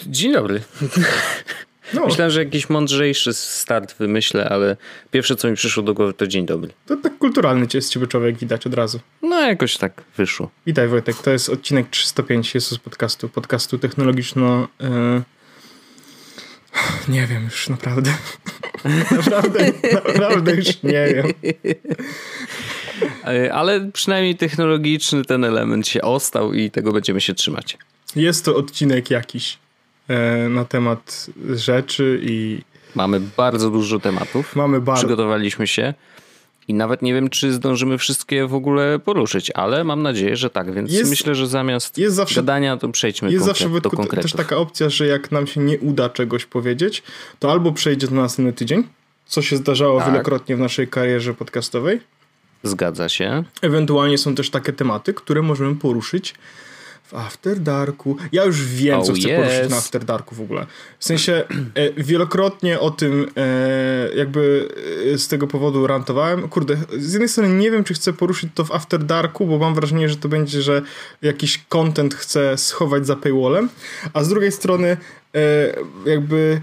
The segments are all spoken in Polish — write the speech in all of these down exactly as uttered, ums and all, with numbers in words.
Dzień dobry. No. Myślałem, że jakiś mądrzejszy start wymyślę, ale pierwsze, co mi przyszło do głowy, to dzień dobry. To tak kulturalny cię z ciebie człowiek widać od razu. No jakoś tak wyszło. Witaj Wojtek, to jest odcinek trzysta pięć Jezus podcastu, podcastu technologiczno... Yy... Nie wiem już, naprawdę. naprawdę, naprawdę już nie wiem. Ale przynajmniej technologiczny ten element się ostał i tego będziemy się trzymać. Jest to odcinek jakiś e, na temat rzeczy i... Mamy bardzo dużo tematów. Mamy bardzo. Przygotowaliśmy się i nawet nie wiem, czy zdążymy wszystkie w ogóle poruszyć, ale mam nadzieję, że tak, więc jest, myślę, że zamiast jest zawsze, gadania to przejdźmy jest konkret, zawsze Wojtku, do konkretów. Jest też taka opcja, że jak nam się nie uda czegoś powiedzieć, to albo przejdzie to na następny tydzień, co się zdarzało tak. wielokrotnie w naszej karierze podcastowej. Zgadza się. Ewentualnie są też takie tematy, które możemy poruszyć w After Darku. Ja już wiem, oh, co chcę yes. poruszyć na After Darku w ogóle. W sensie e, wielokrotnie o tym e, jakby e, z tego powodu rantowałem. Kurde, z jednej strony nie wiem, czy chcę poruszyć to w After Darku, bo mam wrażenie, że to będzie, że jakiś content chcę schować za paywallem, a z drugiej strony e, jakby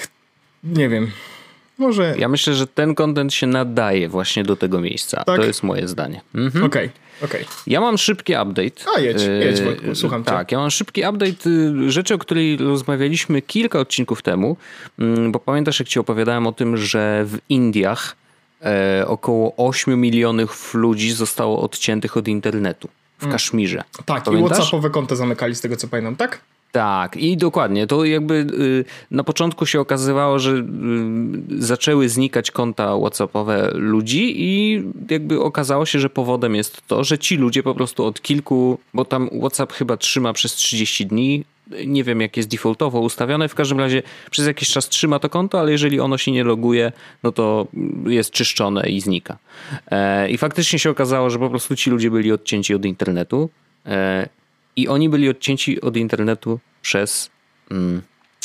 nie wiem. Może... Ja myślę, że ten content się nadaje właśnie do tego miejsca. Tak? To jest moje zdanie. Mhm. Okej, okay, okej. Okay. Ja mam szybki update. A jedź, jedź Wojtku, słucham cię. Tak, ja mam szybki update rzeczy, o której rozmawialiśmy kilka odcinków temu, bo pamiętasz, jak ci opowiadałem o tym, że w Indiach e, około osiem milionów ludzi zostało odciętych od internetu w mm. Kaszmirze. Tak, pamiętasz? I WhatsAppowe konta zamykali z tego, co pamiętam, tak? Tak, i dokładnie. To jakby y, na początku się okazywało, że y, zaczęły znikać konta WhatsAppowe ludzi i jakby okazało się, że powodem jest to, że ci ludzie po prostu od kilku, bo tam WhatsApp chyba trzyma przez trzydzieści dni, nie wiem jak jest defaultowo ustawione, w każdym razie przez jakiś czas trzyma to konto, ale jeżeli ono się nie loguje, no to jest czyszczone i znika. E, I faktycznie się okazało, że po prostu ci ludzie byli odcięci od internetu. E, I oni byli odcięci od internetu przez mm,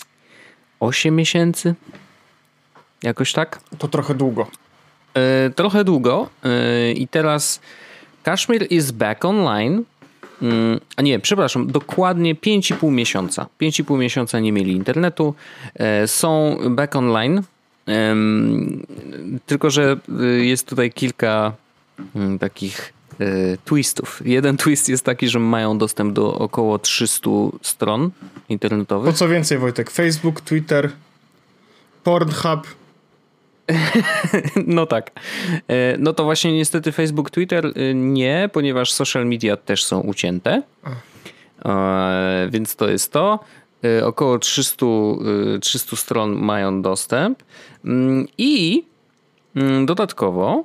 osiem miesięcy. Jakoś tak? To trochę długo. E, trochę długo. E, I teraz Kashmir is back online. Mm, a nie, przepraszam, dokładnie pięć i pół miesiąca. pięć i pół miesiąca nie mieli internetu. E, są back online. E, tylko, że jest tutaj kilka mm, takich twistów. Jeden twist jest taki, że mają dostęp do około trzysta stron internetowych. Po co więcej, Wojtek? Facebook, Twitter, Pornhub. No tak. No to właśnie niestety Facebook, Twitter nie, ponieważ social media też są ucięte. E, więc to jest to. E, około trzysta, trzysta stron mają dostęp. I dodatkowo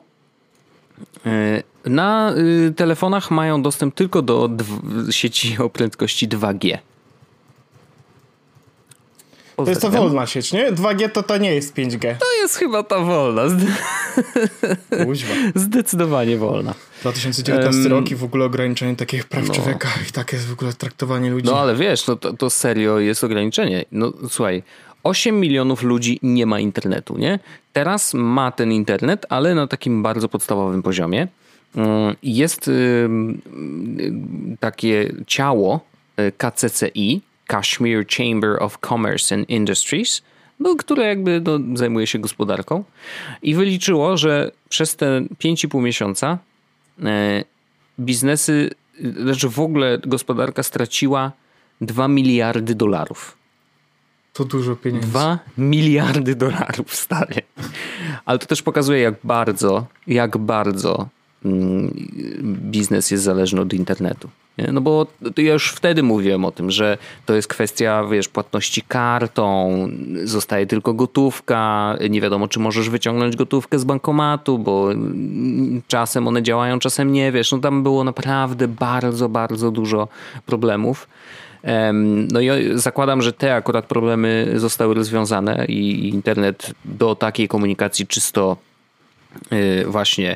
na y, telefonach mają dostęp tylko do dw- sieci o prędkości dwa G. Pozdrawiam. To jest ta wolna sieć, nie? dwa G to to nie jest pięć G. To jest chyba ta wolna. Zde- Zdecydowanie wolna. dwa tysiące dziewiętnasty um, rok i w ogóle ograniczenie takich praw no. człowieka i takie w ogóle traktowanie ludzi. No ale wiesz, no to, to serio jest ograniczenie. No słuchaj, osiem milionów ludzi nie ma internetu, nie? Teraz ma ten internet, ale na takim bardzo podstawowym poziomie. Jest takie ciało K C C I, Kashmir Chamber of Commerce and Industries, no, które jakby no, zajmuje się gospodarką i wyliczyło, że przez te pięć i pół miesiąca biznesy, znaczy w ogóle gospodarka straciła dwa miliardy dolarów. To dużo pieniędzy. Dwa miliardy dolarów, stary. Ale to też pokazuje, jak bardzo, jak bardzo mm, biznes jest zależny od internetu. Nie? No bo ja już wtedy mówiłem o tym, że to jest kwestia, wiesz, płatności kartą, zostaje tylko gotówka, nie wiadomo, czy możesz wyciągnąć gotówkę z bankomatu, bo czasem one działają, czasem nie, wiesz. No tam było naprawdę bardzo, bardzo dużo problemów. No i zakładam, że te akurat problemy zostały rozwiązane i internet do takiej komunikacji czysto właśnie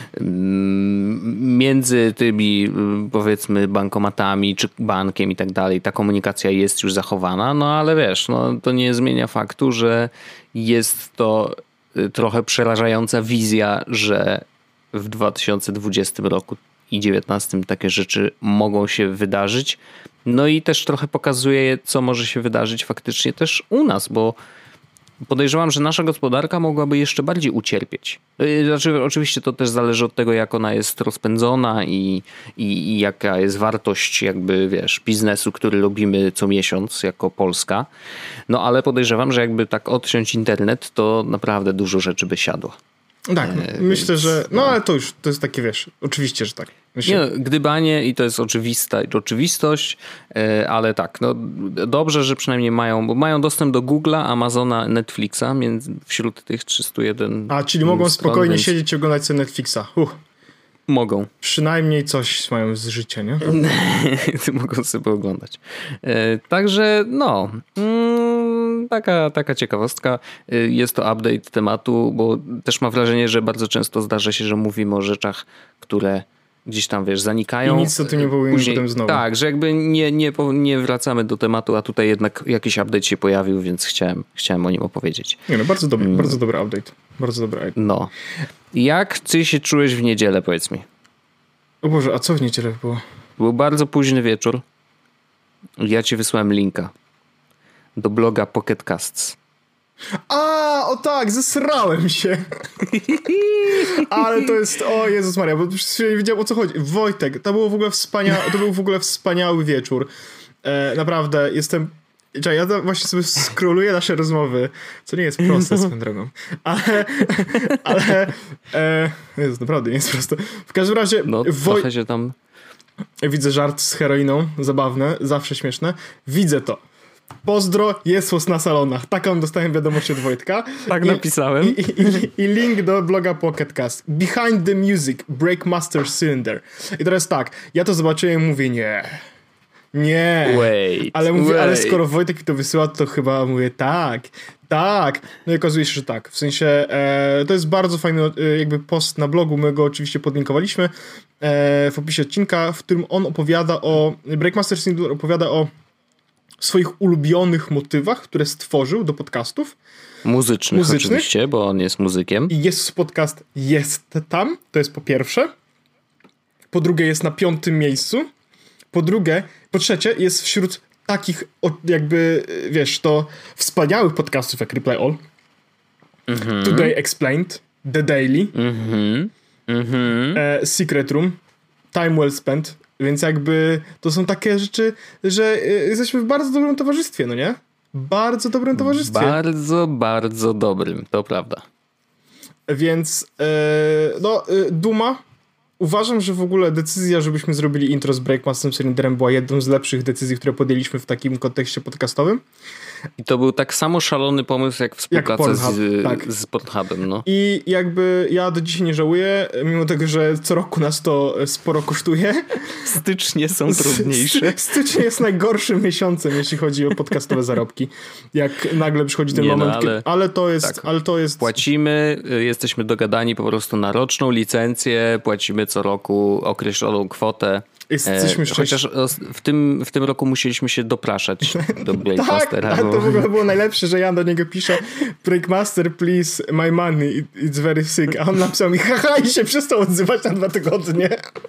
między tymi, powiedzmy, bankomatami czy bankiem i tak dalej, ta komunikacja jest już zachowana, no ale wiesz, no to nie zmienia faktu, że jest to trochę przerażająca wizja, że w dwa tysiące dwudziestym roku i dziewiętnastym takie rzeczy mogą się wydarzyć. No i też trochę pokazuje, co może się wydarzyć faktycznie też u nas, bo podejrzewam, że nasza gospodarka mogłaby jeszcze bardziej ucierpieć. Znaczy, oczywiście to też zależy od tego, jak ona jest rozpędzona i, i, i jaka jest wartość jakby, wiesz, biznesu, który robimy co miesiąc jako Polska. No ale podejrzewam, że jakby tak odciąć internet, to naprawdę dużo rzeczy by siadło. Tak, no, e, myślę, więc, że... No, no ale to już, to jest takie, wiesz, oczywiście, że tak. Myślę... Nie, gdybanie i to jest oczywista oczywistość, ale tak, no dobrze, że przynajmniej mają, bo mają dostęp do Google'a, Amazona, Netflixa, więc wśród tych trzystu jeden... A, czyli mogą stron, spokojnie więc... siedzieć i oglądać sobie Netflixa. Uh. Mogą. Przynajmniej coś mają z życia, nie? Mogą sobie oglądać. Także no... Mm, taka, taka ciekawostka. Jest to update tematu, bo też mam wrażenie, że bardzo często zdarza się, że mówimy o rzeczach, które gdzieś tam, wiesz, zanikają. I nic o tym nie powiemy później, potem znowu. Tak, że jakby nie, nie, nie wracamy do tematu, a tutaj jednak jakiś update się pojawił, więc chciałem, chciałem o nim opowiedzieć. Nie no, bardzo dobry, hmm. bardzo dobry update. Bardzo dobry update. No. Jak ty się czułeś w niedzielę, powiedz mi? O Boże, a co w niedzielę było? Był bardzo późny wieczór. Ja ci wysłałem linka do bloga Pocket Casts. A, o tak, zesrałem się. Ale to jest, o Jezus Maria, bo nie wiedziałem, o co chodzi. Wojtek, to było w ogóle wspania... to był w ogóle wspaniały wieczór. E, naprawdę, jestem... Czekaj, ja właśnie sobie scrolluję nasze rozmowy, co nie jest proste swoją drogą. Ale, ale, e, Jezus, naprawdę nie jest proste. W każdym razie... No, Woj... trochę się tam... Widzę żart z heroiną, zabawne, zawsze śmieszne. Widzę to. Pozdro, jest na salonach. Taką dostałem wiadomość od Wojtka. Tak I, napisałem. I, i, I link do bloga Pocket Cast. Behind the music, Breakmaster Cylinder. I teraz tak, ja to zobaczyłem i mówię nie. Nie. Wait, ale mówię, wait. ale skoro Wojtek mi to wysyła, to chyba mówię tak. Tak. No i okazuje się, że tak. W sensie e, to jest bardzo fajny e, jakby post na blogu. My go oczywiście podlinkowaliśmy e, w opisie odcinka, w którym on opowiada o... Breakmaster Cylinder opowiada o swoich ulubionych motywach, które stworzył do podcastów. Muzycznych, Muzycznych. Oczywiście, bo on jest muzykiem. I jest podcast, jest tam, to jest po pierwsze. Po drugie jest na piątym miejscu. Po drugie, po trzecie jest wśród takich jakby, wiesz, to wspaniałych podcastów jak Reply All, mm-hmm. Today Explained, The Daily, mm-hmm. Mm-hmm. E, Secret Room, Time Well Spent. Więc jakby to są takie rzeczy, że jesteśmy w bardzo dobrym towarzystwie, no nie? Bardzo dobrym towarzystwie. Bardzo, bardzo dobrym, to prawda. Więc e, no, e, duma. Uważam, że w ogóle decyzja, żebyśmy zrobili intro z Breakmasterem Cylinderem była jedną z lepszych decyzji, które podjęliśmy w takim kontekście podcastowym. I to był tak samo szalony pomysł jak współpraca jak Pornhub, z, tak. z Pornhubem. No. I jakby ja do dzisiaj nie żałuję, mimo tego, że co roku nas to sporo kosztuje. Stycznie są trudniejsze. Styczeń jest najgorszym miesiącem, jeśli chodzi o podcastowe zarobki. Jak nagle przychodzi ten nie moment. No, ale, kiedy, ale, to jest, tak. ale to jest... Płacimy, jesteśmy dogadani po prostu na roczną licencję, płacimy co roku określoną kwotę. Jesteśmy e, chociaż w tym, w tym roku musieliśmy się dopraszać do Breakmastera. Tak, bo... to w ogóle było najlepsze, że ja do niego piszę Breakmaster, please, my money, it's very sick. A on napisał mi haha i się przestał odzywać na dwa tygodnie.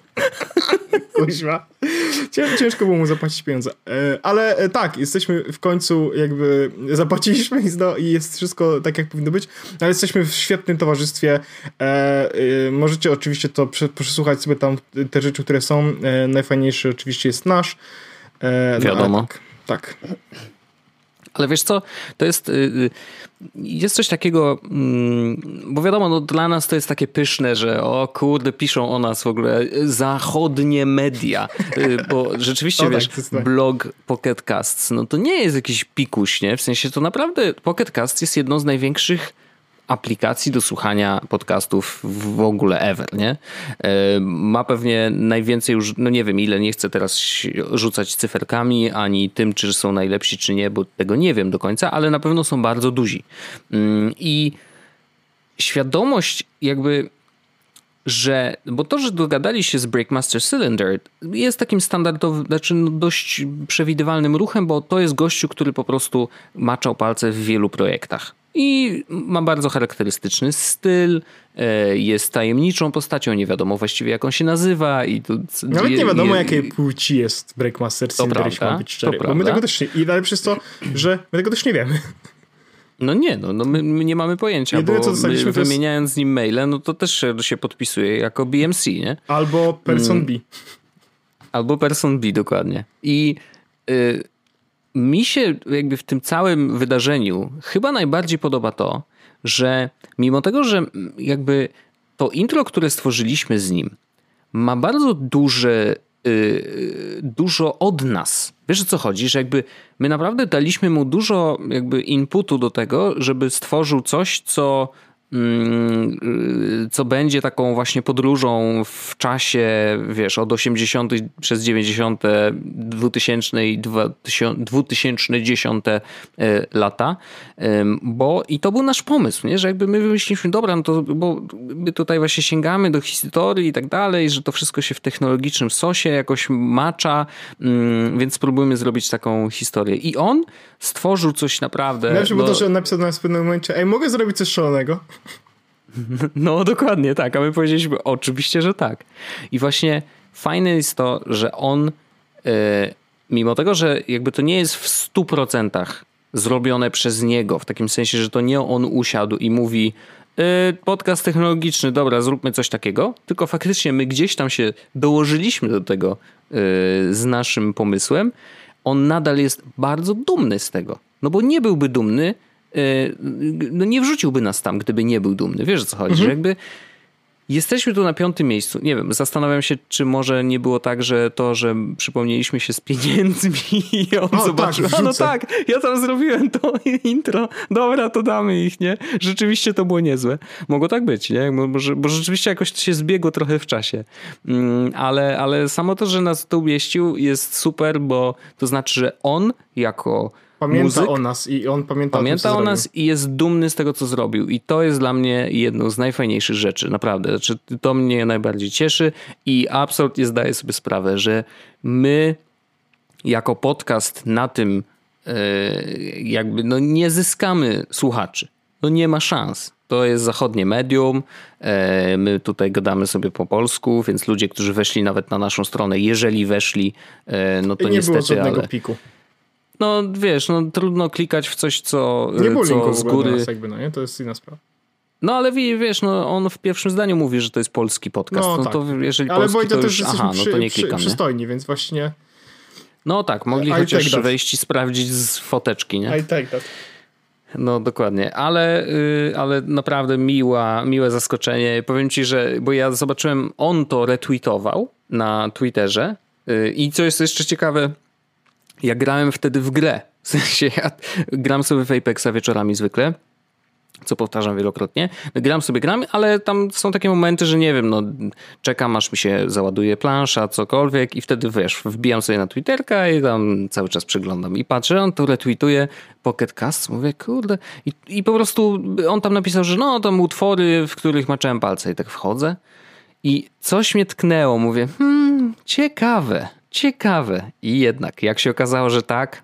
Kuźwa. Ciężko było mu zapłacić pieniądze. Ale tak, jesteśmy w końcu jakby zapłaciliśmy i jest wszystko tak, jak powinno być, ale jesteśmy w świetnym towarzystwie. Możecie oczywiście to przesłuchać sobie tam te rzeczy, które są. Najfajniejszy oczywiście jest nasz. Wiadomo. No, tak, tak. Ale wiesz co, to jest jest coś takiego, bo wiadomo, no dla nas to jest takie pyszne, że o kurde, piszą o nas w ogóle zachodnie media, bo rzeczywiście, o, wiesz, tak, blog Pocket Casts, no to nie jest jakiś pikuś, nie? W sensie to naprawdę Pocket Casts jest jedną z największych aplikacji do słuchania podcastów w ogóle ever, nie? Ma pewnie najwięcej już, no nie wiem ile, nie chcę teraz rzucać cyferkami, ani tym, czy są najlepsi, czy nie, bo tego nie wiem do końca, ale na pewno są bardzo duzi. I świadomość jakby, że, bo to, że dogadali się z Breakmaster Cylinder jest takim standardowym, znaczy no dość przewidywalnym ruchem, bo to jest gościu, który po prostu maczał palce w wielu projektach. I ma bardzo charakterystyczny styl, jest tajemniczą postacią, nie wiadomo właściwie jak on się nazywa. I tu, Nawet nie wiadomo je, jakiej płci jest Breakmaster Cylinder, jeśli ma być szczery. Bo my tego też nie, i najlepsze jest to, że my tego też nie wiemy. No nie, no, no my, my nie mamy pojęcia, Jedyne, bo co my, wymieniając jest... z nim maile, no to też się podpisuje jako B M C, nie? Albo Person mm. B. Albo Person B, dokładnie. I y, mi się jakby w tym całym wydarzeniu chyba najbardziej podoba to, że mimo tego, że jakby to intro, które stworzyliśmy z nim, ma bardzo duże, yy, dużo od nas. Wiesz, o co chodzi? Że jakby my naprawdę daliśmy mu dużo jakby inputu do tego, żeby stworzył coś, co co będzie taką właśnie podróżą w czasie, wiesz, od osiemdziesiątych przez dziewięćdziesiąte, dwutysięczne i dwa tysiące dziesiąte lata, bo i to był nasz pomysł, nie? Że jakby my wymyśliliśmy, dobra, no to, bo my tutaj właśnie sięgamy do historii i tak dalej, że to wszystko się w technologicznym sosie jakoś macza, więc spróbujmy zrobić taką historię. I on stworzył coś naprawdę... Najlepsze było to, że on napisał na nas w pewnym momencie, ej, mogę zrobić coś szalonego? No dokładnie tak, a my powiedzieliśmy oczywiście, że tak. I właśnie fajne jest to, że on yy, mimo tego, że jakby to nie jest w stu procentach zrobione przez niego, w takim sensie, że to nie on usiadł i mówi yy, podcast technologiczny, dobra, zróbmy coś takiego, tylko faktycznie my gdzieś tam się dołożyliśmy do tego yy, z naszym pomysłem. On nadal jest bardzo dumny z tego, no bo nie byłby dumny, no nie wrzuciłby nas tam, gdyby nie był dumny. Wiesz, o co chodzi? Mhm. Że jakby jesteśmy tu na piątym miejscu. Nie wiem, zastanawiam się, czy może nie było tak, że to, że przypomnieliśmy się z pieniędzmi i on o, zobaczył, tak, a no tak, ja tam zrobiłem to intro, dobra, to damy ich, nie? Rzeczywiście to było niezłe. Mogło tak być, nie? Bo, bo rzeczywiście jakoś to się zbiegło trochę w czasie. Ale, ale samo to, że nas tu umieścił jest super, bo to znaczy, że on jako Pamięta muzyk, o nas i on pamięta, pamięta o, tym, o nas i jest dumny z tego, co zrobił. I to jest dla mnie jedną z najfajniejszych rzeczy, naprawdę. Znaczy, to mnie najbardziej cieszy i absolutnie zdaję sobie sprawę, że my jako podcast na tym jakby no nie zyskamy słuchaczy. No nie ma szans. To jest zachodnie medium, my tutaj gadamy sobie po polsku, więc ludzie, którzy weszli nawet na naszą stronę, jeżeli weszli, no to I nie niestety, było żadnego ale... piku. No wiesz, no trudno klikać w coś, co, nie było co z góry... nas jakby, no nie? To jest inna sprawa. No ale wiesz, no on w pierwszym zdaniu mówi, że to jest polski podcast. No, no tak. To jeżeli ale polski, to już... Aha, no to nie przy, klikam, przystojni, nie? Więc właśnie... No tak, mogli I chociaż wejść i sprawdzić z foteczki, nie? I take that. No dokładnie, ale, yy, ale naprawdę miła, miłe zaskoczenie. Powiem ci, że, bo ja zobaczyłem, on to retweetował na Twitterze yy, i co jest jeszcze ciekawe, ja grałem wtedy w grę. W sensie ja gram sobie w Apexa wieczorami zwykle, co powtarzam wielokrotnie. Gram sobie, gram, ale tam są takie momenty, że nie wiem, no czekam aż mi się załaduje plansza, cokolwiek i wtedy wiesz, wbijam sobie na Twitterka i tam cały czas przeglądam i patrzę, on to retweetuje Pocket Cast, mówię, kurde. I, i po prostu on tam napisał, że no tam utwory, w których maczałem palce i tak wchodzę i coś mnie tknęło, mówię, hmm, ciekawe, ciekawe. I jednak, jak się okazało, że tak,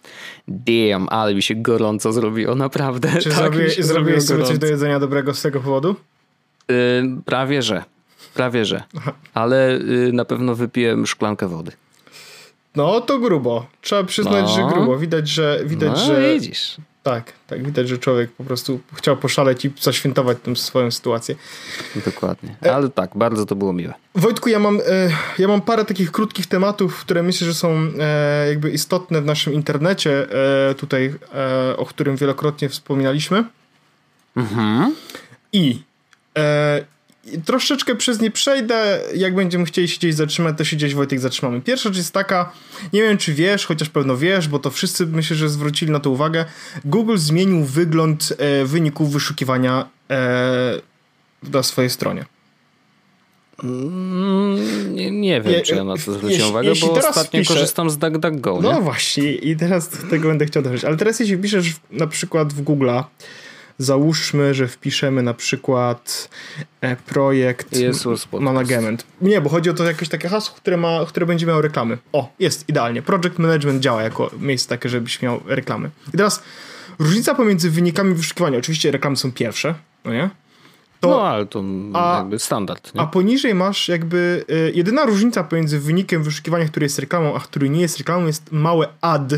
damn, ale mi się gorąco zrobiło, naprawdę. Czy tak zrobiłeś, zrobiłeś sobie coś do jedzenia dobrego z tego powodu? Yy, prawie, że. Prawie, że. Ale yy, na pewno wypiłem szklankę wody. No to grubo. Trzeba przyznać, no. że grubo. Widać, że... Widać, no że... widzisz. Tak, tak. Widać, że człowiek po prostu chciał poszaleć i zaświętować tę swoją sytuację. Dokładnie. Ale e... tak, bardzo to było miłe. Wojtku, ja mam, e, ja mam parę takich krótkich tematów, które myślę, że są e, jakby istotne w naszym internecie e, tutaj, e, o którym wielokrotnie wspominaliśmy. Mhm. I e, troszeczkę przez nie przejdę. Jak będziemy chcieli się gdzieś zatrzymać, to się gdzieś, Wojtek, zatrzymamy. Pierwsza rzecz jest taka, nie wiem czy wiesz, chociaż pewno wiesz, bo to wszyscy myślę, że zwrócili na to uwagę. Google zmienił wygląd e, wyników wyszukiwania e, na swojej stronie. Mm, nie, nie wiem, Je, czy ja na to zwróciłem uwagę, bo ostatnio wpiszę, korzystam z DuckDuckGo. No nie? właśnie, i teraz do tego będę chciał dojść. Ale teraz jeśli wpiszesz na przykład w Google'a, załóżmy, że wpiszemy na przykład e, projekt management. Nie, bo chodzi o to jakieś takie hasło, które, ma, które będzie miało reklamy. O, jest, idealnie. Project management działa jako miejsce takie, żebyś miał reklamy. I teraz różnica pomiędzy wynikami wyszukiwania, oczywiście reklamy są pierwsze, no nie? To, no ale to a, jakby standard. Nie? A poniżej masz jakby, y, jedyna różnica pomiędzy wynikiem wyszukiwania, który jest reklamą, a który nie jest reklamą, jest małe ad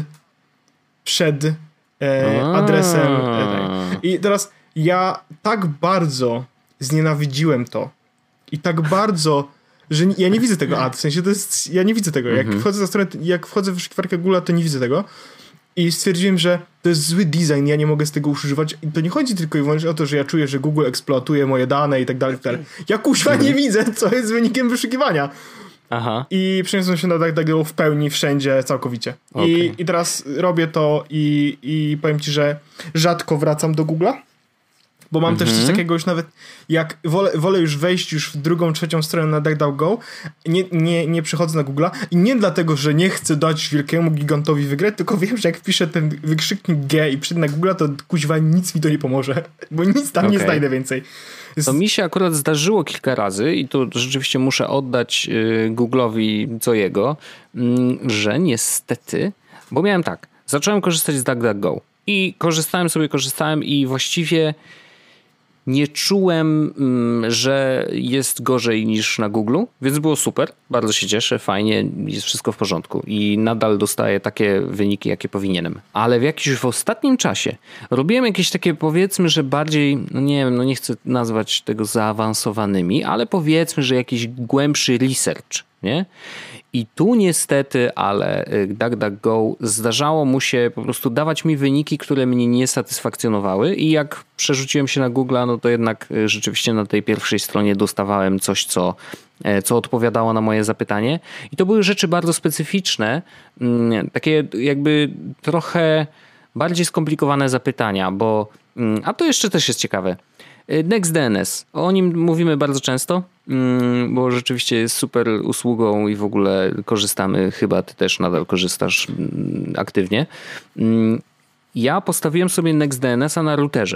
przed e, adresem. E, I teraz ja tak bardzo znienawidziłem to i tak bardzo, że ja nie widzę tego ad, w sensie to jest, ja nie widzę tego. Jak wchodzę na stronę, jak wchodzę w wyszukiwarkę Google, to nie widzę tego. I stwierdziłem, że to jest zły design, ja nie mogę z tego używać. I to nie chodzi tylko i wyłącznie o to, że ja czuję, że Google eksploatuje moje dane i tak dalej, i tak dalej. Ja kuźwa nie widzę, co jest wynikiem wyszukiwania. Aha. I przeniosłem się na DuckDuckGo w pełni, wszędzie, całkowicie. Okay. I, I teraz robię to i, i powiem ci, że rzadko wracam do Google'a. Bo mam mm-hmm. też coś takiego już nawet, jak wolę, wolę już wejść już w drugą, trzecią stronę na DuckDuckGo, nie, nie, nie przechodzę na Google'a i nie dlatego, że nie chcę dać wielkiemu gigantowi wygrać, tylko wiem, że jak wpiszę ten wykrzyknik G i przyjdę na Google'a, to kuźwa nic mi to nie pomoże, bo nic tam okay. nie znajdę więcej. Jest... To mi się akurat zdarzyło kilka razy i tu rzeczywiście muszę oddać yy, Google'owi co jego, yy, że niestety, bo miałem tak, zacząłem korzystać z DuckDuckGo i korzystałem sobie, korzystałem i właściwie nie czułem, że jest gorzej niż na Google'u, więc było super, bardzo się cieszę, fajnie, jest wszystko w porządku i nadal dostaję takie wyniki, jakie powinienem. Ale w jakimś w ostatnim czasie robiłem jakieś takie, powiedzmy, że bardziej, no nie wiem, no nie chcę nazwać tego zaawansowanymi, ale powiedzmy, że jakiś głębszy research, nie? I tu niestety, ale DuckDuckGo zdarzało mu się po prostu dawać mi wyniki, które mnie nie satysfakcjonowały i jak przerzuciłem się na Google'a, no to jednak rzeczywiście na tej pierwszej stronie dostawałem coś, co, co odpowiadało na moje zapytanie. I to były rzeczy bardzo specyficzne, takie jakby trochę bardziej skomplikowane zapytania, bo, a to jeszcze też jest ciekawe. NextDNS. O nim mówimy bardzo często, bo rzeczywiście jest super usługą i w ogóle korzystamy, chyba ty też nadal korzystasz aktywnie. Ja postawiłem sobie NextDNS-a na routerze.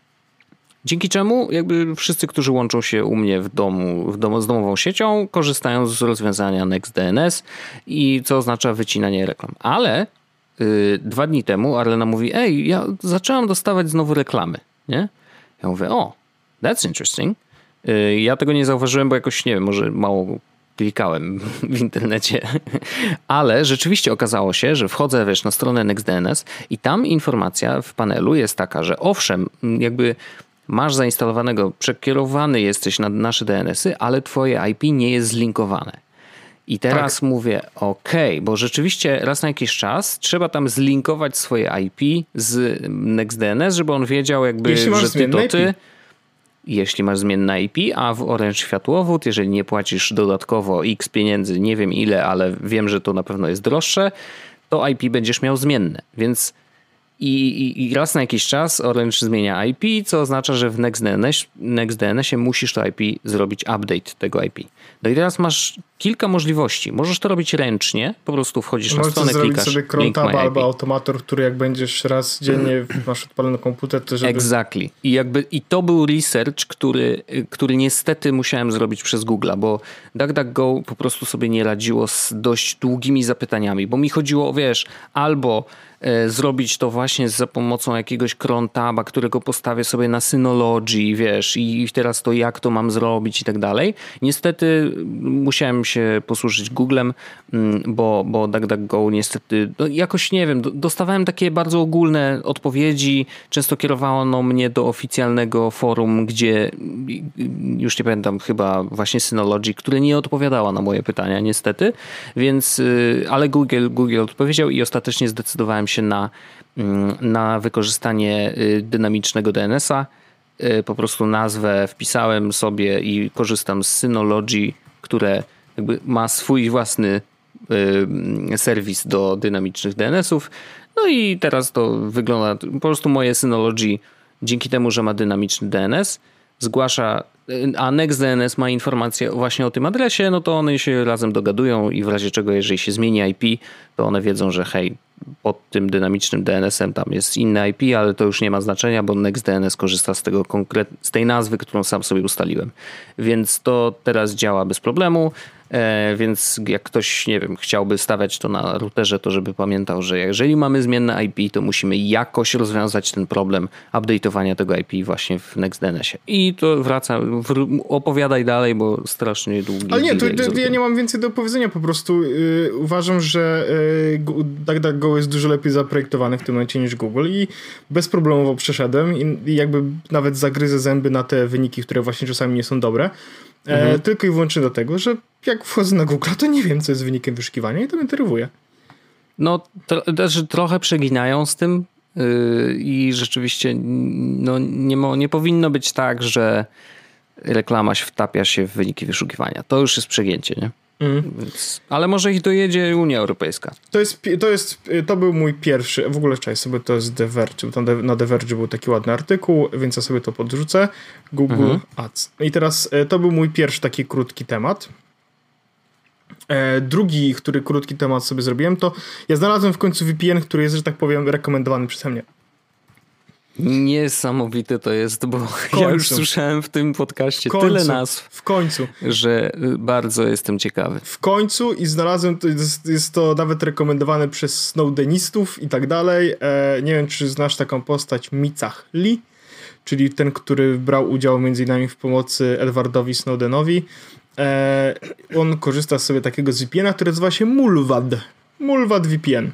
Dzięki czemu jakby wszyscy, którzy łączą się u mnie w domu, w domu z domową siecią, korzystają z rozwiązania NextDNS i co oznacza wycinanie reklam. Ale yy, dwa dni temu Arlena mówi, ej, ja zaczęłam dostawać znowu reklamy, nie? Ja mówię, o, that's interesting. Ja tego nie zauważyłem, bo jakoś, nie wiem, może mało klikałem w internecie. Ale rzeczywiście okazało się, że wchodzę, wiesz, na stronę NextDNS i tam informacja w panelu jest taka, że owszem, jakby masz zainstalowanego, przekierowany jesteś na nasze D N S-y, ale twoje I P nie jest zlinkowane. I teraz tak. mówię, okej, okay, bo rzeczywiście raz na jakiś czas trzeba tam zlinkować swoje I P z NextDNS, żeby on wiedział jakby, jeśli że ty to ty. I P. Jeśli masz zmienne I P, a w Orange światłowód, jeżeli nie płacisz dodatkowo X pieniędzy, nie wiem ile, ale wiem, że to na pewno jest droższe, to I P będziesz miał zmienne. Więc i, i, i raz na jakiś czas Orange zmienia I P, co oznacza, że w NextDNS, NextDNS-ie musisz to I P zrobić update tego I P. No i teraz masz kilka możliwości. Możesz to robić ręcznie, po prostu wchodzisz Możesz na stronę, zrobić klikasz sobie crontab albo automator, który jak będziesz raz dziennie masz odpalony komputer, to żeby... Exactly. I jakby i to był research, który, który niestety musiałem zrobić przez Google'a, bo DuckDuckGo po prostu sobie nie radziło z dość długimi zapytaniami, bo mi chodziło o, wiesz, albo e, zrobić to właśnie za pomocą jakiegoś crontaba, którego postawię sobie na Synology, wiesz, i teraz to jak to mam zrobić i tak dalej. Niestety musiałem się posłużyć Googlem, bo, bo DuckDuckGo niestety, no jakoś nie wiem, dostawałem takie bardzo ogólne odpowiedzi, często kierowano mnie do oficjalnego forum, gdzie już nie pamiętam, chyba właśnie Synology, które nie odpowiadała na moje pytania niestety, więc, ale Google, Google odpowiedział i ostatecznie zdecydowałem się na, na wykorzystanie dynamicznego D N S-a. Po prostu nazwę wpisałem sobie i korzystam z Synology, które jakby ma swój własny y, serwis do dynamicznych D N S-ów. No i teraz to wygląda, po prostu moje Synology dzięki temu, że ma dynamiczny D N S, zgłasza, a NextDNS ma informację właśnie o tym adresie, no to one się razem dogadują i w razie czego, jeżeli się zmieni I P, to one wiedzą, że hej, pod tym dynamicznym D N S-em tam jest inny I P, ale to już nie ma znaczenia, bo NextDNS korzysta z tego konkret- z tej nazwy, którą sam sobie ustaliłem. Więc to teraz działa bez problemu. E, więc jak ktoś, nie wiem, chciałby stawiać to na routerze, to żeby pamiętał, że jeżeli mamy zmienne I P, to musimy jakoś rozwiązać ten problem update'owania tego I P właśnie w NextDNS-ie. I to wraca, w, opowiadaj dalej, bo strasznie długi. Ale nie, to, to ja nie mam więcej do powiedzenia, po prostu yy, uważam, że yy, DuckDuckGo jest dużo lepiej zaprojektowany w tym momencie niż Google i bezproblemowo przeszedłem i, i jakby nawet zagryzę zęby na te wyniki, które właśnie czasami nie są dobre. Mhm. E, tylko i wyłącznie do tego, że jak wchodzę na Google, to nie wiem, co jest wynikiem wyszukiwania i to mnie derywuje. No, to, to, trochę przeginają z tym yy, i rzeczywiście no, nie, mo, nie powinno być tak, że reklama się wtapia się w wyniki wyszukiwania. To już jest przegięcie, nie? Mm. Więc, ale może ich dojedzie Unia Europejska. To jest, to jest, to był mój pierwszy, w ogóle czekaj sobie, to jest The Verge, tam na The Verge był taki ładny artykuł, więc ja sobie to podrzucę. Google mhm. Ads. I teraz to był mój pierwszy taki krótki temat. E, drugi, który krótki temat sobie zrobiłem, to ja znalazłem w końcu V P N, który jest, że tak powiem, rekomendowany przeze mnie. Niesamowite to jest, bo ja już słyszałem w tym podcaście końcu, tyle nazw, w końcu, że bardzo jestem ciekawy. W końcu i znalazłem, to jest, jest to nawet rekomendowane przez snowdenistów i tak dalej. E, nie wiem, czy znasz taką postać Micach Lee, czyli ten, który brał udział między innymi w pomocy Edwardowi Snowdenowi. E, on korzysta z sobie takiego z V P N-a, który nazywa się Mullvad. Mullvad V P N.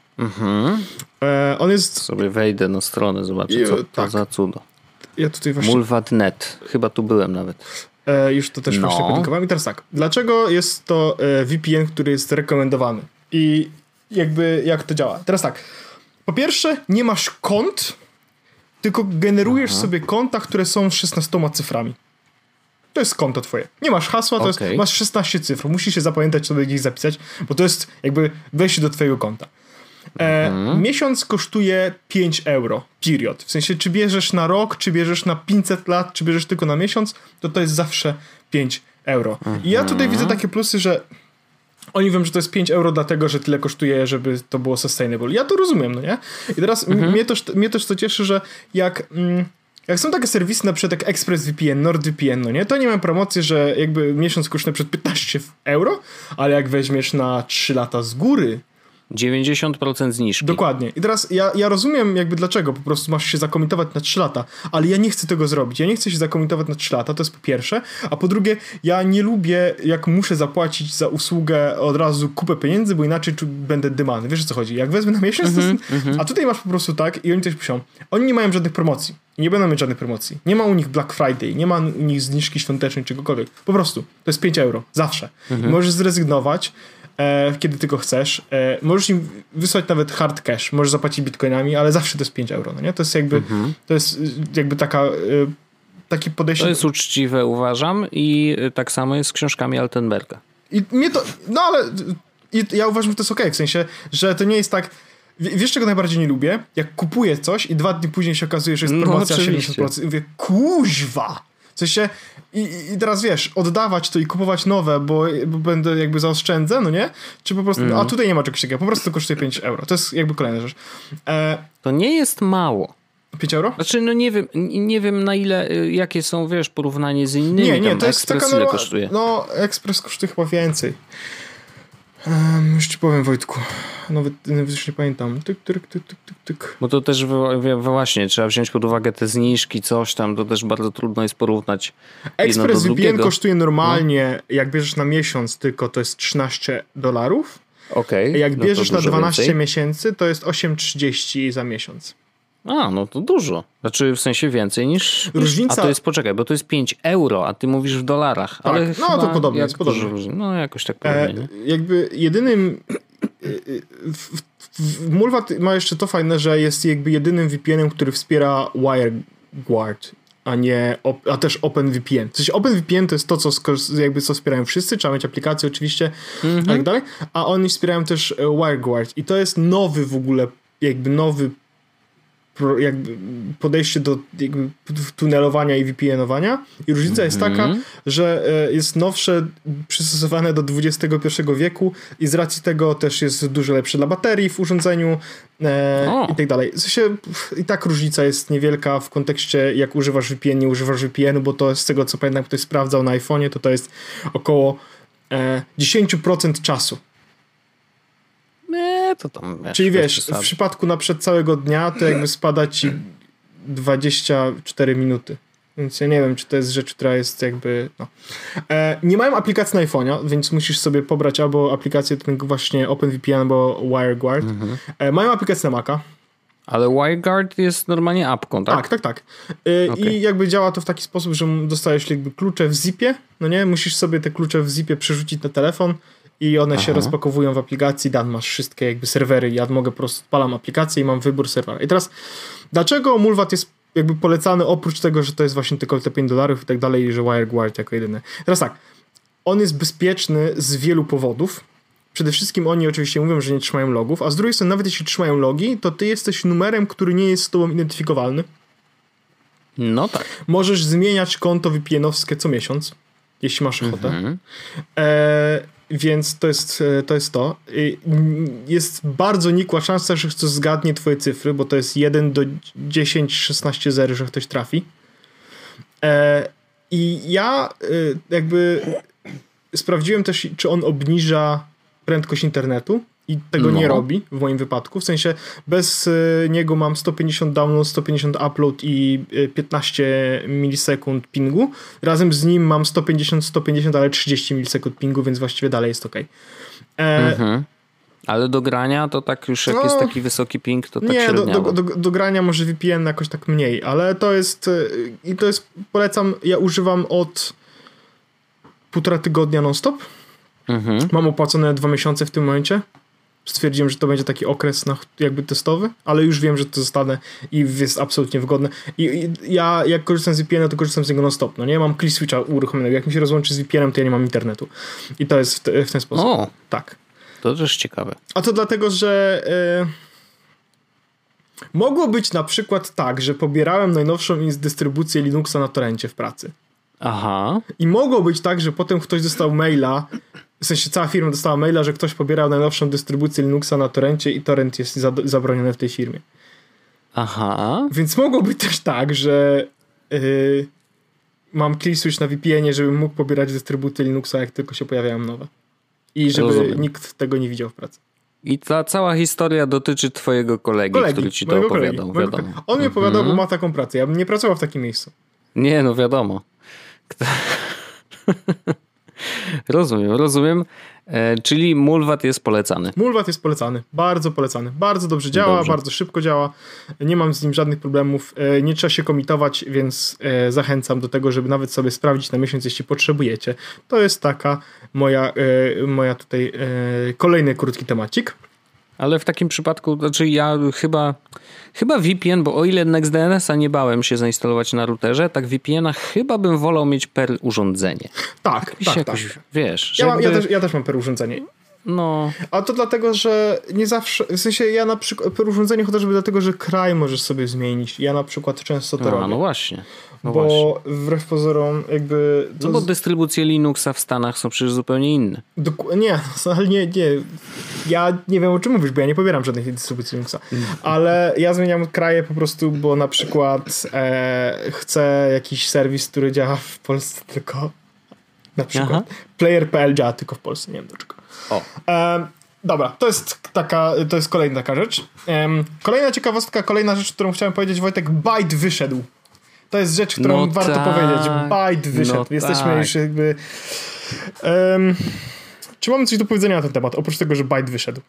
Mhm. E, on jest... Sobie wejdę na stronę, zobaczę, co tak. to za cudo. Ja tutaj właśnie... Mullvad kropka net. Chyba tu byłem nawet. E, już to też no. właśnie podlinkowałem. I teraz tak. Dlaczego jest to e, V P N, który jest rekomendowany? I jakby jak to działa? Teraz tak. Po pierwsze, nie masz kont, tylko generujesz Aha. sobie konta, które są szesnastoma cyframi. To jest konto twoje. Nie masz hasła, to okay. jest, masz szesnaście cyfr. Musisz się zapamiętać, sobie gdzieś zapisać, bo to jest jakby wejście do twojego konta. E, mhm. Miesiąc kosztuje pięć euro. Period. W sensie, czy bierzesz na rok, czy bierzesz na pięćset lat, czy bierzesz tylko na miesiąc, to to jest zawsze pięć euro. Mhm. I ja tutaj widzę takie plusy, że oni wiem, że to jest pięć euro dlatego, że tyle kosztuje, żeby to było sustainable. Ja to rozumiem, no nie? I teraz mhm. mnie, też, mnie też to cieszy, że jak... Mm, Jak są takie serwisy, na przykład jak ExpressVPN, NordVPN, no nie, to nie mam promocji, że jakby miesiąc kosztuje przed piętnaście euro, ale jak weźmiesz na trzy lata z góry... dziewięćdziesiąt procent zniżki. Dokładnie. I teraz ja, ja rozumiem jakby dlaczego, po prostu masz się zakomitować na trzy lata, ale ja nie chcę tego zrobić. Ja nie chcę się zakomitować na trzy lata, to jest po pierwsze, a po drugie, ja nie lubię, jak muszę zapłacić za usługę od razu kupę pieniędzy, bo inaczej będę dymany. Wiesz o co chodzi? Jak wezmę na miesiąc, mm-hmm, to jest... mm-hmm. a tutaj masz po prostu tak i oni coś piszą. Oni nie mają żadnych promocji. Nie będą mieć żadnych promocji. Nie ma u nich Black Friday, nie ma u nich zniżki świątecznej, czegokolwiek. Po prostu. To jest pięć euro. Zawsze. Mm-hmm. Możesz zrezygnować, e, kiedy tylko chcesz. E, możesz im wysłać nawet hard cash. Możesz zapłacić bitcoinami, ale zawsze to jest pięć euro. No nie? To jest jakby mm-hmm. to jest jakby taka e, takie podejście. To jest uczciwe, uważam, i tak samo jest z książkami Altenberga. I mnie to... No ale i ja uważam, że to jest okej. Okay, w sensie, że to nie jest tak... Wiesz, czego najbardziej nie lubię? Jak kupuję coś i dwa dni później się okazuje, że jest promocja no, siedemdziesiąt procent. I mówię, kuźwa! W sensie, i, i teraz wiesz, oddawać to i kupować nowe, bo, bo będę jakby zaoszczędzę, no nie? Czy po prostu, mm. a tutaj nie ma czegoś takiego, po prostu to kosztuje pięć euro. To jest jakby kolejna rzecz. E, to nie jest mało. pięć euro? Znaczy, no nie wiem, nie wiem na ile, jakie są, wiesz, porównanie z innymi. Nie, nie, to jest Express taka... ile No, kosztuje? no, Express kosztuje chyba więcej. Um, już ci powiem, Wojtku. Nawet, nawet już nie pamiętam. Tyk, tyk, tyk, tyk, tyk, tyk. Bo to też właśnie trzeba wziąć pod uwagę te zniżki, coś tam, to też bardzo trudno jest porównać. ExpressVPN kosztuje normalnie, no. jak bierzesz na miesiąc tylko, to jest trzynaście dolarów. Okej. Okay, jak no bierzesz na dwanaście więcej. miesięcy, to jest osiem trzydzieści za miesiąc. A, no to dużo. Znaczy w sensie więcej niż... Różnica... A to jest, poczekaj, bo to jest pięć euro, a ty mówisz w dolarach. Tak, ale no to podobnie, jest podobnie. No jakoś tak podobnie. E, jakby jedynym... Mullvad ma jeszcze to fajne, że jest jakby jedynym V P N-em, który wspiera WireGuard, a nie, op- a też OpenVPN. W sensie OpenVPN to jest to, co, jakby co wspierają wszyscy, trzeba mieć aplikację oczywiście, mm-hmm. a tak dalej, a oni wspierają też WireGuard i to jest nowy w ogóle, jakby nowy jakby podejście do jakby tunelowania i V P N-owania i różnica mm-hmm. jest taka, że jest nowsze, przystosowane do dwudziestego pierwszego wieku i z racji tego też jest dużo lepsze dla baterii w urządzeniu e, i tak dalej. W sensie, i tak różnica jest niewielka w kontekście jak używasz V P N, nie używasz V P N-u, bo to z tego co pamiętam ktoś sprawdzał na iPhone'ie, to to jest około e, dziesięć procent czasu. Nie, to tam... Wiesz, Czyli wiesz, w przypadku na przykład całego dnia to jakby spada ci dwadzieścia cztery minuty. Więc ja nie wiem, czy to jest rzecz, która jest jakby... No. E, nie mają aplikacji na iPhone'a, więc musisz sobie pobrać albo aplikację ten właśnie OpenVPN, albo WireGuard. Mhm. E, mają aplikację na Maca. Ale WireGuard jest normalnie apką, tak? Tak, tak, tak. E, okay. I jakby działa to w taki sposób, że dostajesz jakby klucze w zipie, no nie? Musisz sobie te klucze w zipie przerzucić na telefon i one Aha. się rozpakowują w aplikacji. Dan, masz wszystkie jakby serwery. Ja mogę po prostu odpalam aplikację i mam wybór serwera. I teraz, dlaczego Mullvad jest jakby polecany oprócz tego, że to jest właśnie tylko te pięć dolarów i tak dalej, i że WireGuard jako jedyny. Teraz tak, on jest bezpieczny z wielu powodów. Przede wszystkim oni oczywiście mówią, że nie trzymają logów, a z drugiej strony nawet jeśli trzymają logi, to ty jesteś numerem, który nie jest z tobą identyfikowalny. No tak. Możesz zmieniać konto V P N-owskie co miesiąc, jeśli masz ochotę. Mhm. E, więc to jest to. Jest, to. jest bardzo nikła szansa, że ktoś zgadnie twoje cyfry, bo to jest jeden do dziesięć, szesnaście zer, że ktoś trafi. E, I ja e, jakby sprawdziłem też, czy on obniża prędkość internetu i tego no. nie robi w moim wypadku. W sensie bez y, niego mam sto pięćdziesiąt download, sto pięćdziesiąt upload i y, piętnaście milisekund pingu. Razem z nim mam sto pięćdziesiąt, sto pięćdziesiąt, ale trzydzieści milisekund pingu, więc właściwie dalej jest ok. E, mhm. Ale do grania to tak już jak no, jest taki wysoki ping, to tak nie, średniawo. Do, do, do grania może V P N jakoś tak mniej, ale to jest y, i to jest, polecam, ja używam od półtora tygodnia non-stop. Mhm. Mam opłacone dwa miesiące w tym momencie. Stwierdziłem, że to będzie taki okres na, jakby testowy, ale już wiem, że to zostanę i jest absolutnie wygodne. I, i ja jak korzystam z V P N-a, to korzystam z niego non-stop. No nie, mam Kill Switcha uruchomionego. Jak mi się rozłączy z V P N-em, to ja nie mam internetu. I to jest w, te, w ten sposób. O, tak. To też ciekawe. A to dlatego, że yy, mogło być na przykład tak, że pobierałem najnowszą dystrybucję Linuxa na torrencie w pracy. Aha. I mogło być tak, że potem ktoś dostał maila, w sensie cała firma dostała maila, że ktoś pobierał najnowszą dystrybucję Linuxa na torrencie i torrent jest za- zabroniony w tej firmie. Aha. Więc mogło być też tak, że yy, mam kill switch na V P N-ie, żebym mógł pobierać dystrybucję Linuxa, jak tylko się pojawiają nowe. I żeby Rozumiem. nikt tego nie widział w pracy. I ta cała historia dotyczy twojego kolegi, kolegi który ci to opowiadał. Kolegi, wiadomo. On mi opowiadał, mm-hmm. bo ma taką pracę. Ja bym nie pracował w takim miejscu. Nie, no wiadomo. Kto... rozumiem, rozumiem. E, czyli Mullvad jest polecany. Mullvad jest polecany. Bardzo polecany. Bardzo dobrze działa, dobrze. bardzo szybko działa. Nie mam z nim żadnych problemów. E, nie trzeba się komitować, więc e, zachęcam do tego, żeby nawet sobie sprawdzić na miesiąc, jeśli potrzebujecie. To jest taka moja, e, moja tutaj e, kolejny krótki temacik. Ale w takim przypadku, znaczy ja chyba chyba V P N, bo o ile NextDNS-a nie bałem się zainstalować na routerze, tak V P N-a chyba bym wolał mieć per urządzenie. Tak, tak, jakoś, tak. Wiesz, ja, jakby... ja, też, ja też mam per urządzenie. No. A to dlatego, że nie zawsze, w sensie ja na przykład per urządzenie chociażby dlatego, że kraj możesz sobie zmienić. Ja na przykład często to no, robię. No właśnie. No bo właśnie. wbrew pozorom jakby... No bo z... dystrybucje Linuxa w Stanach są przecież zupełnie inne. Dok- nie, ale nie, nie. Ja nie wiem, o czym mówisz, bo ja nie pobieram żadnych dystrybucji Linuxa. Ale ja zmieniam kraje po prostu, bo na przykład e, chcę jakiś serwis, który działa w Polsce tylko... Na przykład player kropka p l działa tylko w Polsce, nie wiem dlaczego. O. E, dobra, to jest taka, to jest kolejna taka rzecz. E, kolejna ciekawostka, kolejna rzecz, którą chciałem powiedzieć, Wojtek, Byte wyszedł. To jest rzecz, którą no warto tak. powiedzieć. Byte wyszedł. No Jesteśmy tak. już jakby... Um, czy mamy coś do powiedzenia na ten temat, oprócz tego, że Byte wyszedł?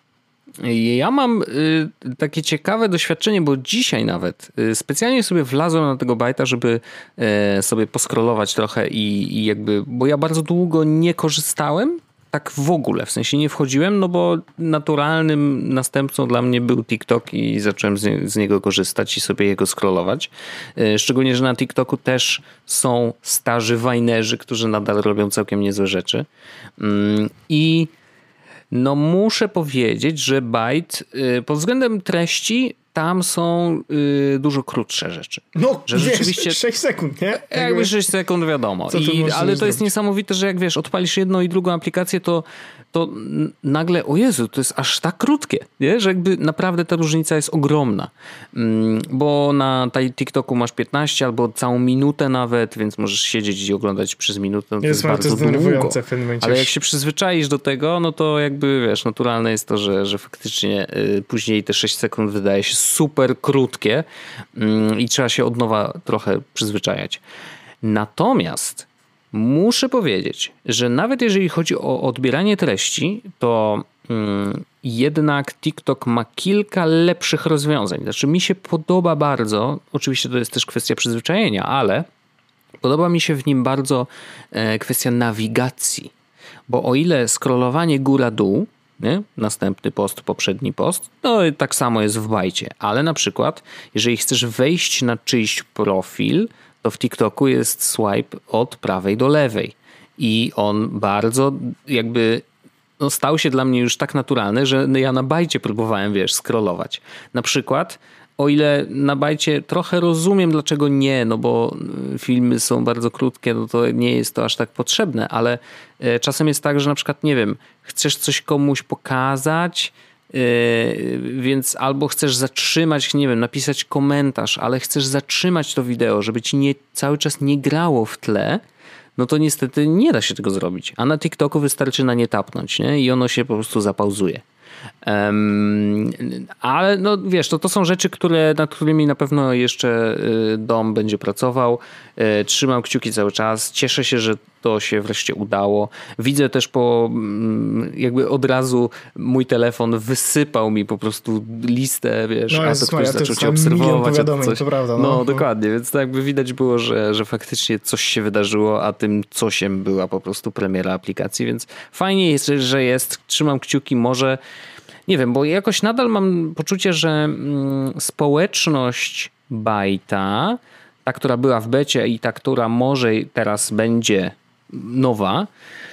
Ja mam y, takie ciekawe doświadczenie, bo dzisiaj nawet y, specjalnie sobie wlazłem na tego Byte'a, żeby y, sobie poskrolować trochę i, i jakby, bo ja bardzo długo nie korzystałem tak w ogóle, w sensie nie wchodziłem, no bo naturalnym następcą dla mnie był TikTok i zacząłem z, nie, z niego korzystać i sobie jego scrollować. Y, szczególnie, że na TikToku też są starzy wajnerzy, którzy nadal robią całkiem niezłe rzeczy. Y, I no muszę powiedzieć, że Byte y, pod względem treści tam są y, dużo krótsze rzeczy. No, że wiesz, rzeczywiście sześć sekund, nie? Jakby sześć sekund, wiadomo. I, ale to jest niesamowite, że jak wiesz, odpalisz jedną i drugą aplikację, to to nagle, o Jezu, to jest aż tak krótkie, nie? Że jakby naprawdę ta różnica jest ogromna. Bo na TikToku masz piętnaście albo całą minutę nawet, więc możesz siedzieć i oglądać przez minutę. No to jest, jest bardzo długo. Ale jak się przyzwyczaisz do tego, no to jakby, wiesz, naturalne jest to, że, że faktycznie później te sześć sekund wydaje się super krótkie i trzeba się od nowa trochę przyzwyczajać. Natomiast muszę powiedzieć, że nawet jeżeli chodzi o odbieranie treści, to mm, jednak TikTok ma kilka lepszych rozwiązań. Znaczy mi się podoba bardzo, oczywiście to jest też kwestia przyzwyczajenia, ale podoba mi się w nim bardzo e, kwestia nawigacji. Bo o ile scrollowanie góra-dół, nie? Następny post, poprzedni post, no tak samo jest w bajcie. Ale na przykład, jeżeli chcesz wejść na czyjś profil, to w TikToku jest swipe od prawej do lewej. I on bardzo jakby no, stał się dla mnie już tak naturalny, że ja na bajcie próbowałem, wiesz, scrollować. Na przykład, o ile na bajcie trochę rozumiem, dlaczego nie, no bo filmy są bardzo krótkie, no to nie jest to aż tak potrzebne, ale czasem jest tak, że na przykład, nie wiem, chcesz coś komuś pokazać, Yy, więc albo chcesz zatrzymać, nie wiem, napisać komentarz, ale chcesz zatrzymać to wideo, żeby ci nie, cały czas nie grało w tle, no to niestety nie da się tego zrobić. A na TikToku wystarczy na nie tapnąć, nie? I ono się po prostu zapauzuje. Um, ale no wiesz, to, to są rzeczy, które, nad którymi na pewno jeszcze Dom będzie pracował. Trzymam kciuki cały czas. Cieszę się, że to się wreszcie udało. Widzę też po jakby od razu mój telefon wysypał mi po prostu listę, wiesz, no, a to ktoś zaczął cię obserwować. Coś. To prawda, no. no dokładnie, więc to jakby widać było, że, że faktycznie coś się wydarzyło, a tym cosiem była po prostu premiera aplikacji, więc fajnie jest, że jest. Trzymam kciuki, może nie wiem, bo jakoś nadal mam poczucie, że mm, społeczność Bajta, ta, która była w becie i ta, która może teraz będzie nowa,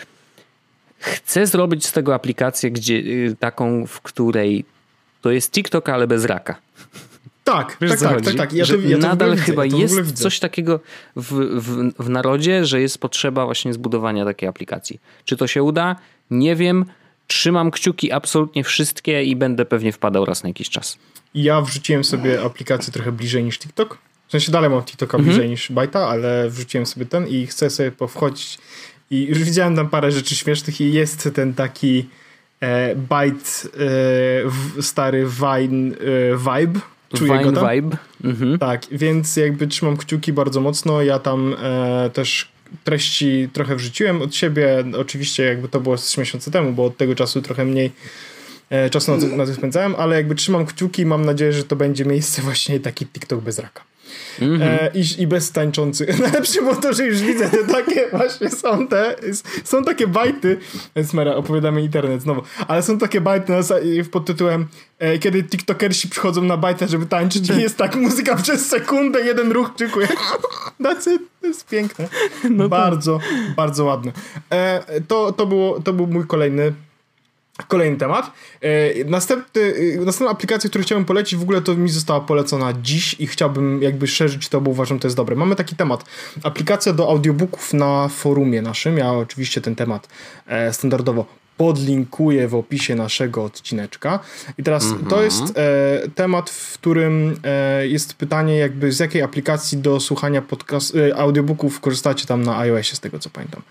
chce zrobić z tego aplikację, gdzie, taką, w której to jest TikTok, ale bez raka. Tak, Wiesz, tak, tak, tak, tak. Ja to, ja to nadal chyba ja jest coś takiego w, w, w narodzie, że jest potrzeba właśnie zbudowania takiej aplikacji. Czy to się uda? Nie wiem. Trzymam kciuki absolutnie wszystkie i będę pewnie wpadał raz na jakiś czas. Ja wrzuciłem sobie aplikację trochę bliżej niż TikTok. W sensie dalej mam TikToka mhm. bliżej niż Bajta, ale wrzuciłem sobie ten i chcę sobie powchodzić. I już widziałem tam parę rzeczy śmiesznych i jest ten taki e, Byte e, w, stary Vine e, vibe. Czuję Vine go tam. vibe. Mhm. Tak, więc jakby trzymam kciuki bardzo mocno. Ja tam e, też treści trochę wrzuciłem od siebie. Oczywiście jakby to było trzy miesiące temu, bo od tego czasu trochę mniej e, czasu na to, na to spędzałem, ale jakby trzymam kciuki i mam nadzieję, że to będzie miejsce właśnie taki TikTok bez raka. Mm-hmm. E, i, I bez tańczących. Najlepsze było to, że już widzę te takie właśnie są te, są takie bajty, Smera, opowiadamy internet znowu, ale są takie bajty pod tytułem e, kiedy tiktokersi przychodzą na bajtę, żeby tańczyć i jest tak muzyka przez sekundę, jeden ruch czykuje. That's it. To jest piękne. No bardzo, tak. bardzo ładne. E, to, to, było, to był mój kolejny Kolejny temat. Następny, następna aplikacja, którą chciałbym polecić, w ogóle to mi została polecona dziś i chciałbym jakby szerzyć to, bo uważam, że to jest dobre. Mamy taki temat. Aplikacja do audiobooków na forumie naszym. Ja oczywiście ten temat standardowo podlinkuję w opisie naszego odcineczka. I teraz mm-hmm. to jest e, temat, w którym e, jest pytanie jakby z jakiej aplikacji do słuchania podcast, e, audiobooków korzystacie tam na iOSie, z tego co pamiętam.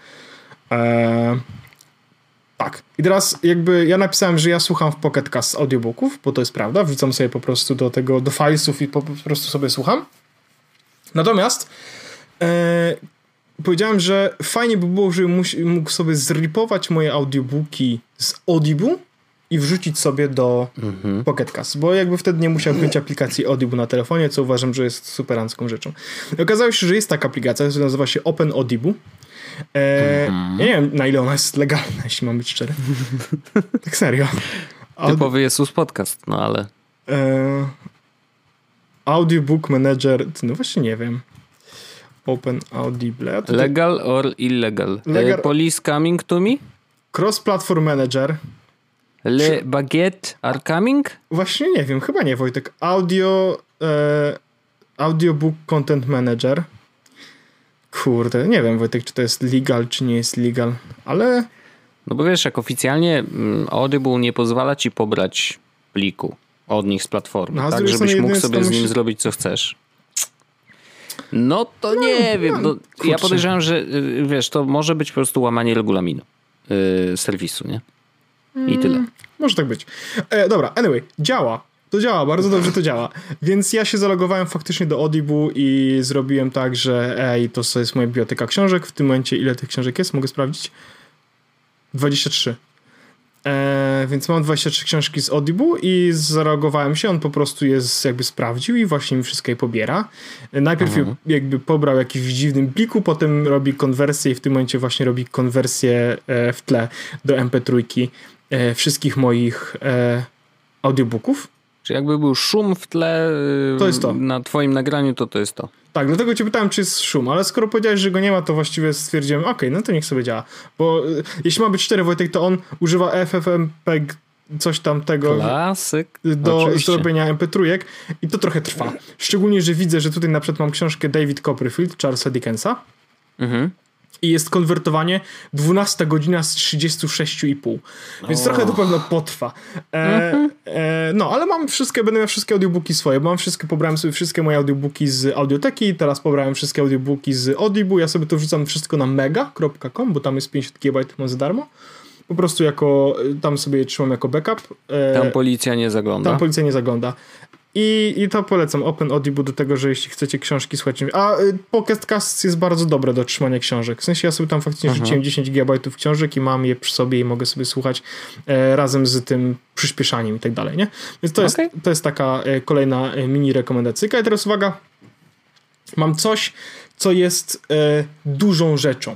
E, Tak. I teraz jakby ja napisałem, że ja słucham w Pocket Cast audiobooków, bo to jest prawda. Wrzucam sobie po prostu do tego, do filesów i po, po prostu sobie słucham. Natomiast e, powiedziałem, że fajnie by było, żebym mógł sobie zripować moje audiobooki z Audible i wrzucić sobie do mhm. Pocket Cast, bo jakby wtedy nie musiał być aplikacji Audible na telefonie, co uważam, że jest superancką rzeczą. I okazało się, że jest taka aplikacja, która nazywa się Open Audible. Eee, mm-hmm. Ja nie wiem, na ile ona jest legalna, jeśli mam być szczery. Tak serio. Audi- Typowy Jesus Podcast, no ale... Eee, Audiobook Manager, no właśnie nie wiem. Open Audible. Tutaj... Legal or illegal? Legal... Uh, police coming to me? Cross-platform manager. Le Czy... baguette are coming? Właśnie nie wiem, chyba nie, Wojtek. Audio... E, audiobook Content Manager. Kurde, nie wiem, Wojtek, czy to jest legal, czy nie jest legal, ale No bo wiesz, jak oficjalnie Audible nie pozwala ci pobrać pliku od nich z platformy, no, tak, żebyś mógł sobie z nim musi... zrobić co chcesz. No to no, nie no, wiem. No, ja podejrzewam, że wiesz, to może być po prostu łamanie regulaminu yy, serwisu, nie? I tyle. Hmm, może tak być. E, dobra, anyway, działa. To działa, bardzo dobrze to działa. Więc ja się zalogowałem faktycznie do Audible i zrobiłem tak, że ej, to jest moja biblioteka książek. W tym momencie ile tych książek jest? Mogę sprawdzić? dwadzieścia trzy. E, więc mam dwadzieścia trzy książki z Audible i zalogowałem się, on po prostu je jakby sprawdził i właśnie mi wszystko je pobiera. Najpierw je jakby pobrał jakiś w dziwnym pliku, potem robi konwersję i w tym momencie właśnie robi konwersję e, w tle do em pe trzy e, wszystkich moich e, audiobooków. Czy jakby był szum w tle to jest to. Na twoim nagraniu, to to jest to. Tak, dlatego cię pytałem, czy jest szum, ale skoro powiedziałeś, że go nie ma, to właściwie stwierdziłem, okej, okay, no to niech sobie działa. Bo y, jeśli ma być cztery, Wojtek, to on używa F F M P G coś tam tego Klasyk. do zrobienia em pe trzy i to trochę trwa. Szczególnie, że widzę, że tutaj na przykład mam książkę David Copperfield, Charlesa Dickensa. Mhm. I jest konwertowanie dwunasta godzina z trzydzieści sześć i pół. Więc oh. trochę to pewno potrwa. E, mm-hmm. e, no, ale mam wszystkie, będę miał wszystkie audiobooki swoje, bo mam wszystkie, pobrałem sobie wszystkie moje audiobooki z audioteki, teraz pobrałem wszystkie audiobooki z Audible, ja sobie to wrzucam wszystko na mega kropka com, bo tam jest pięćdziesiąt gigabajtów, mam za darmo. Po prostu jako, tam sobie je trzymam jako backup. E, tam policja nie zagląda. Tam policja nie zagląda. I, I to polecam Open Audible do tego, że jeśli chcecie książki słuchać. A y, Pocket Cast jest bardzo dobre do trzymania książek. W sensie ja sobie tam faktycznie Aha. rzuciłem dziesięć gigabajtów książek i mam je przy sobie i mogę sobie słuchać e, razem z tym przyspieszaniem i tak dalej, nie? Więc to, okay. jest, to jest taka e, kolejna e, mini rekomendacyjka. I teraz uwaga, mam coś, co jest e, dużą rzeczą.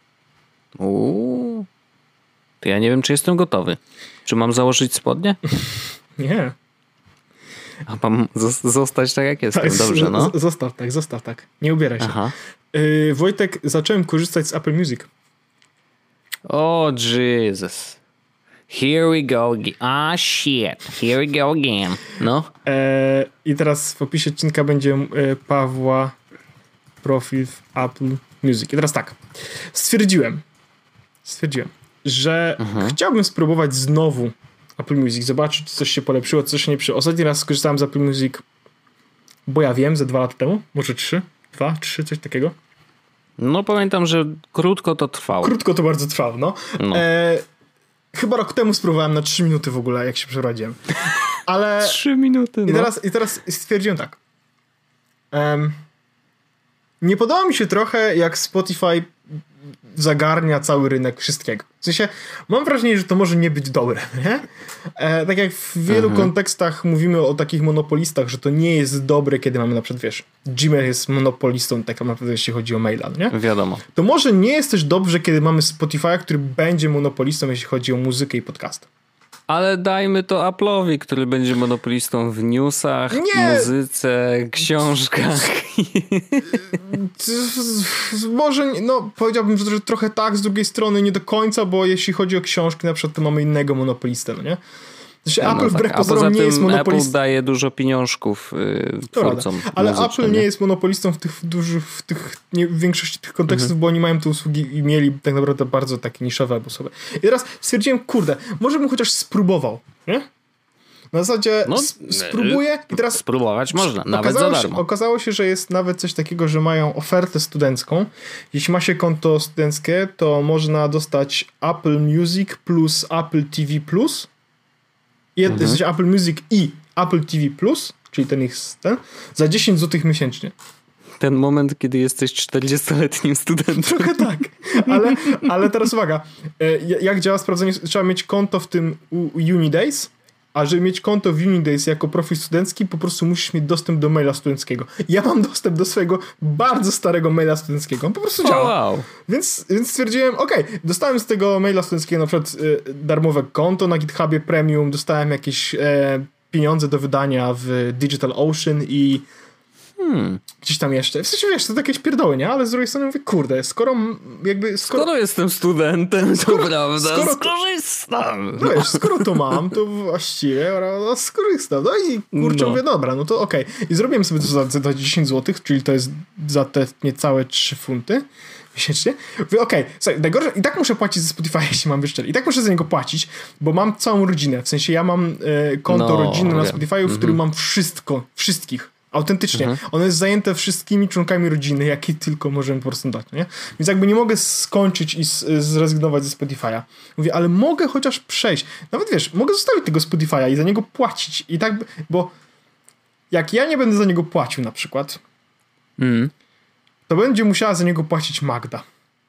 Uuu. To ja nie wiem, czy jestem gotowy. Czy mam założyć spodnie? Nie. A mam zostać tak, jak jestem. Tak, dobrze, no. Z- zostaw tak, zostaw tak. Nie ubieraj się. Aha. Yy, Wojtek, zacząłem korzystać z Apple Music. O, oh, Jesus. Here we go again. Ah, shit. Here we go again. No. E, I teraz w opisie odcinka będzie e, Pawła profil w Apple Music. I teraz tak. Stwierdziłem, stwierdziłem, że mhm. chciałbym spróbować znowu Apple Music, zobaczyć, czy coś się polepszyło, coś się nie przy. Ostatni raz skorzystałem z Apple Music, bo ja wiem, ze dwa lata temu, może trzy, dwa, trzy, coś takiego. No pamiętam, że krótko to trwało. Krótko to bardzo trwało, no. no. E, chyba rok temu spróbowałem na trzy minuty w ogóle, jak się przeprowadziłem. Ale... trzy minuty, no. I teraz, i teraz stwierdziłem tak. Um, nie podoba mi się trochę, jak Spotify zagarnia cały rynek wszystkiego. W sensie, mam wrażenie, że to może nie być dobre, nie? E, tak jak w wielu mhm. kontekstach mówimy o takich monopolistach, że to nie jest dobre, kiedy mamy na przykład, wiesz, Gmail jest monopolistą, tak naprawdę jeśli chodzi o maila, nie? Wiadomo. To może nie jest też dobrze, kiedy mamy Spotify'a, który będzie monopolistą, jeśli chodzi o muzykę i podcast. Ale dajmy to Apple'owi, który będzie monopolistą w newsach, nie. muzyce, książkach. Może, no powiedziałbym, że trochę tak, z drugiej strony nie do końca, bo jeśli chodzi o książki, na przykład to mamy innego monopolistę, no nie? Znaczy, no Apple tak. wbrew pozorom nie jest monopolistą. Apple daje dużo pieniążków yy, twórcom. Ale Apple nie jest monopolistą w tych dużych, w tych, nie, w większości tych kontekstów, mhm. bo oni mają te usługi i mieli tak naprawdę bardzo takie niszowe albo sobie. I teraz stwierdziłem, kurde, może bym chociaż spróbował, nie? Na zasadzie no, spróbuję i teraz... Spróbować można, nawet za darmo. Się, okazało się, że jest nawet coś takiego, że mają ofertę studencką. Jeśli ma się konto studenckie, to można dostać Apple Music plus Apple T V plus. Jed, mhm. w sensie Apple Music i Apple T V plus, czyli ten ich ten, za dziesięć złotych miesięcznie. Ten moment, kiedy jesteś czterdziestoletnim studentem. Trochę tak, ale, ale teraz uwaga. Jak działa sprawdzenie? Trzeba mieć konto w tym Unidays, a żeby mieć konto w Unidays jako profil studencki, po prostu musisz mieć dostęp do maila studenckiego. Ja mam dostęp do swojego bardzo starego maila studenckiego. On po prostu działa. Oh, wow. Więc, więc stwierdziłem, okej, okay, dostałem z tego maila studenckiego na przykład y, darmowe konto na GitHubie Premium, dostałem jakieś e, pieniądze do wydania w DigitalOcean i Hmm. Gdzieś tam jeszcze. W sensie, wiesz, to takie pierdoły, nie? Ale z drugiej strony mówię, kurde, skoro jakby... Skoro, skoro jestem studentem, skoro, to prawda, skoro skorzystam. No wiesz, skoro to mam, to właściwie no, skorzystam. No i kurczę, no. mówię, dobra, no to okej. Okay. I zrobiłem sobie to za, za dziesięć złotych, czyli to jest za te niecałe trzy funty miesięcznie. Mówię, okej, okay, słuchaj, najgorsze, i tak muszę płacić za Spotify, jeśli mam wyszczeli. I tak muszę za niego płacić, bo mam całą rodzinę. W sensie ja mam e, konto no, rodzinne na Spotify, w którym mm-hmm. mam wszystko, wszystkich. Autentycznie. Mhm. Ono jest zajęte wszystkimi członkami rodziny, jakie tylko możemy po prostu dać, nie? Więc jakby nie mogę skończyć i zrezygnować ze Spotify'a. Mówię, ale mogę chociaż przejść. Nawet wiesz, mogę zostawić tego Spotify'a i za niego płacić. I tak, bo jak ja nie będę za niego płacił na przykład, mm. to będzie musiała za niego płacić Magda.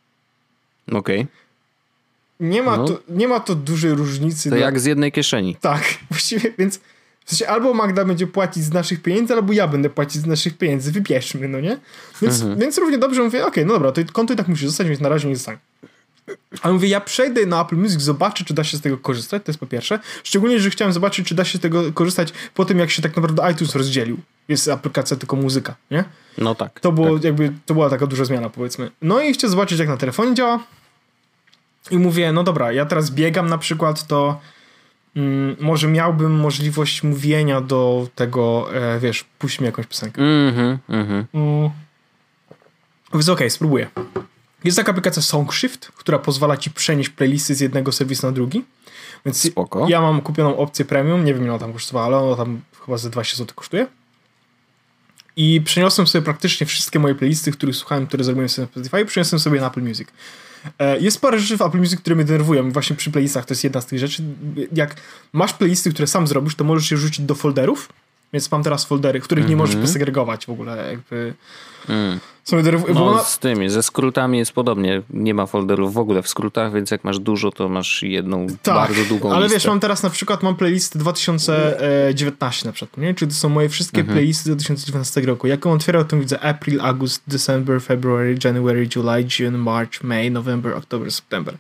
Okej. Okay. Nie ma, no. to, nie ma to dużej różnicy. To dla... jak z jednej kieszeni. Tak, właściwie, więc w sensie albo Magda będzie płacić z naszych pieniędzy, albo ja będę płacić z naszych pieniędzy. Wybierzmy, no nie? Więc, mhm. więc równie dobrze mówię, okej, okay, no dobra, to konto i tak musi zostać, więc na razie nie zostanie. Ale mówię, ja przejdę na Apple Music, zobaczę, czy da się z tego korzystać, to jest po pierwsze. Szczególnie, że chciałem zobaczyć, czy da się z tego korzystać po tym, jak się tak naprawdę iTunes rozdzielił. Jest aplikacja tylko muzyka, nie? No tak. To było tak. jakby, to była taka duża zmiana, powiedzmy. No i chcę zobaczyć, jak na telefonie działa. I mówię, no dobra, ja teraz biegam na przykład, to mm, może miałbym możliwość mówienia do tego, e, wiesz, puść mi jakąś piosenkę. Mhm, mhm. Mm. Więc okej, okay, spróbuję. Jest taka aplikacja SongShift, która pozwala ci przenieść playlisty z jednego serwisu na drugi. Więc spoko. Ja mam kupioną opcję premium, nie wiem ile ona tam kosztowała, ale ona tam chyba za dwadzieścia złotych kosztuje. I przeniosłem sobie praktycznie wszystkie moje playlisty, których słuchałem, które zrobiłem sobie na Spotify, przeniosłem sobie na Apple Music. Jest parę rzeczy w Apple Music, które mnie denerwują. Właśnie przy playlistach to jest jedna z tych rzeczy. Jak masz playlisty, które sam zrobisz, to możesz je rzucić do folderów. Więc mam teraz foldery, których mm-hmm. nie możesz posegregować w ogóle. Jakby mm. są denerw- no ona... z tymi, ze skrótami jest podobnie. Nie ma folderów w ogóle w skrótach, więc jak masz dużo, to masz jedną tak, bardzo długą ale listę. Wiesz, mam teraz na przykład mam playlisty dwa tysiące dziewiętnaście na przykład, nie? Czyli to są moje wszystkie mm-hmm. playlisty z dwa tysiące dziewiętnastego roku. Jak ją otwieram, to widzę April, August, December, February, January, July, June, March, May, November, October, September.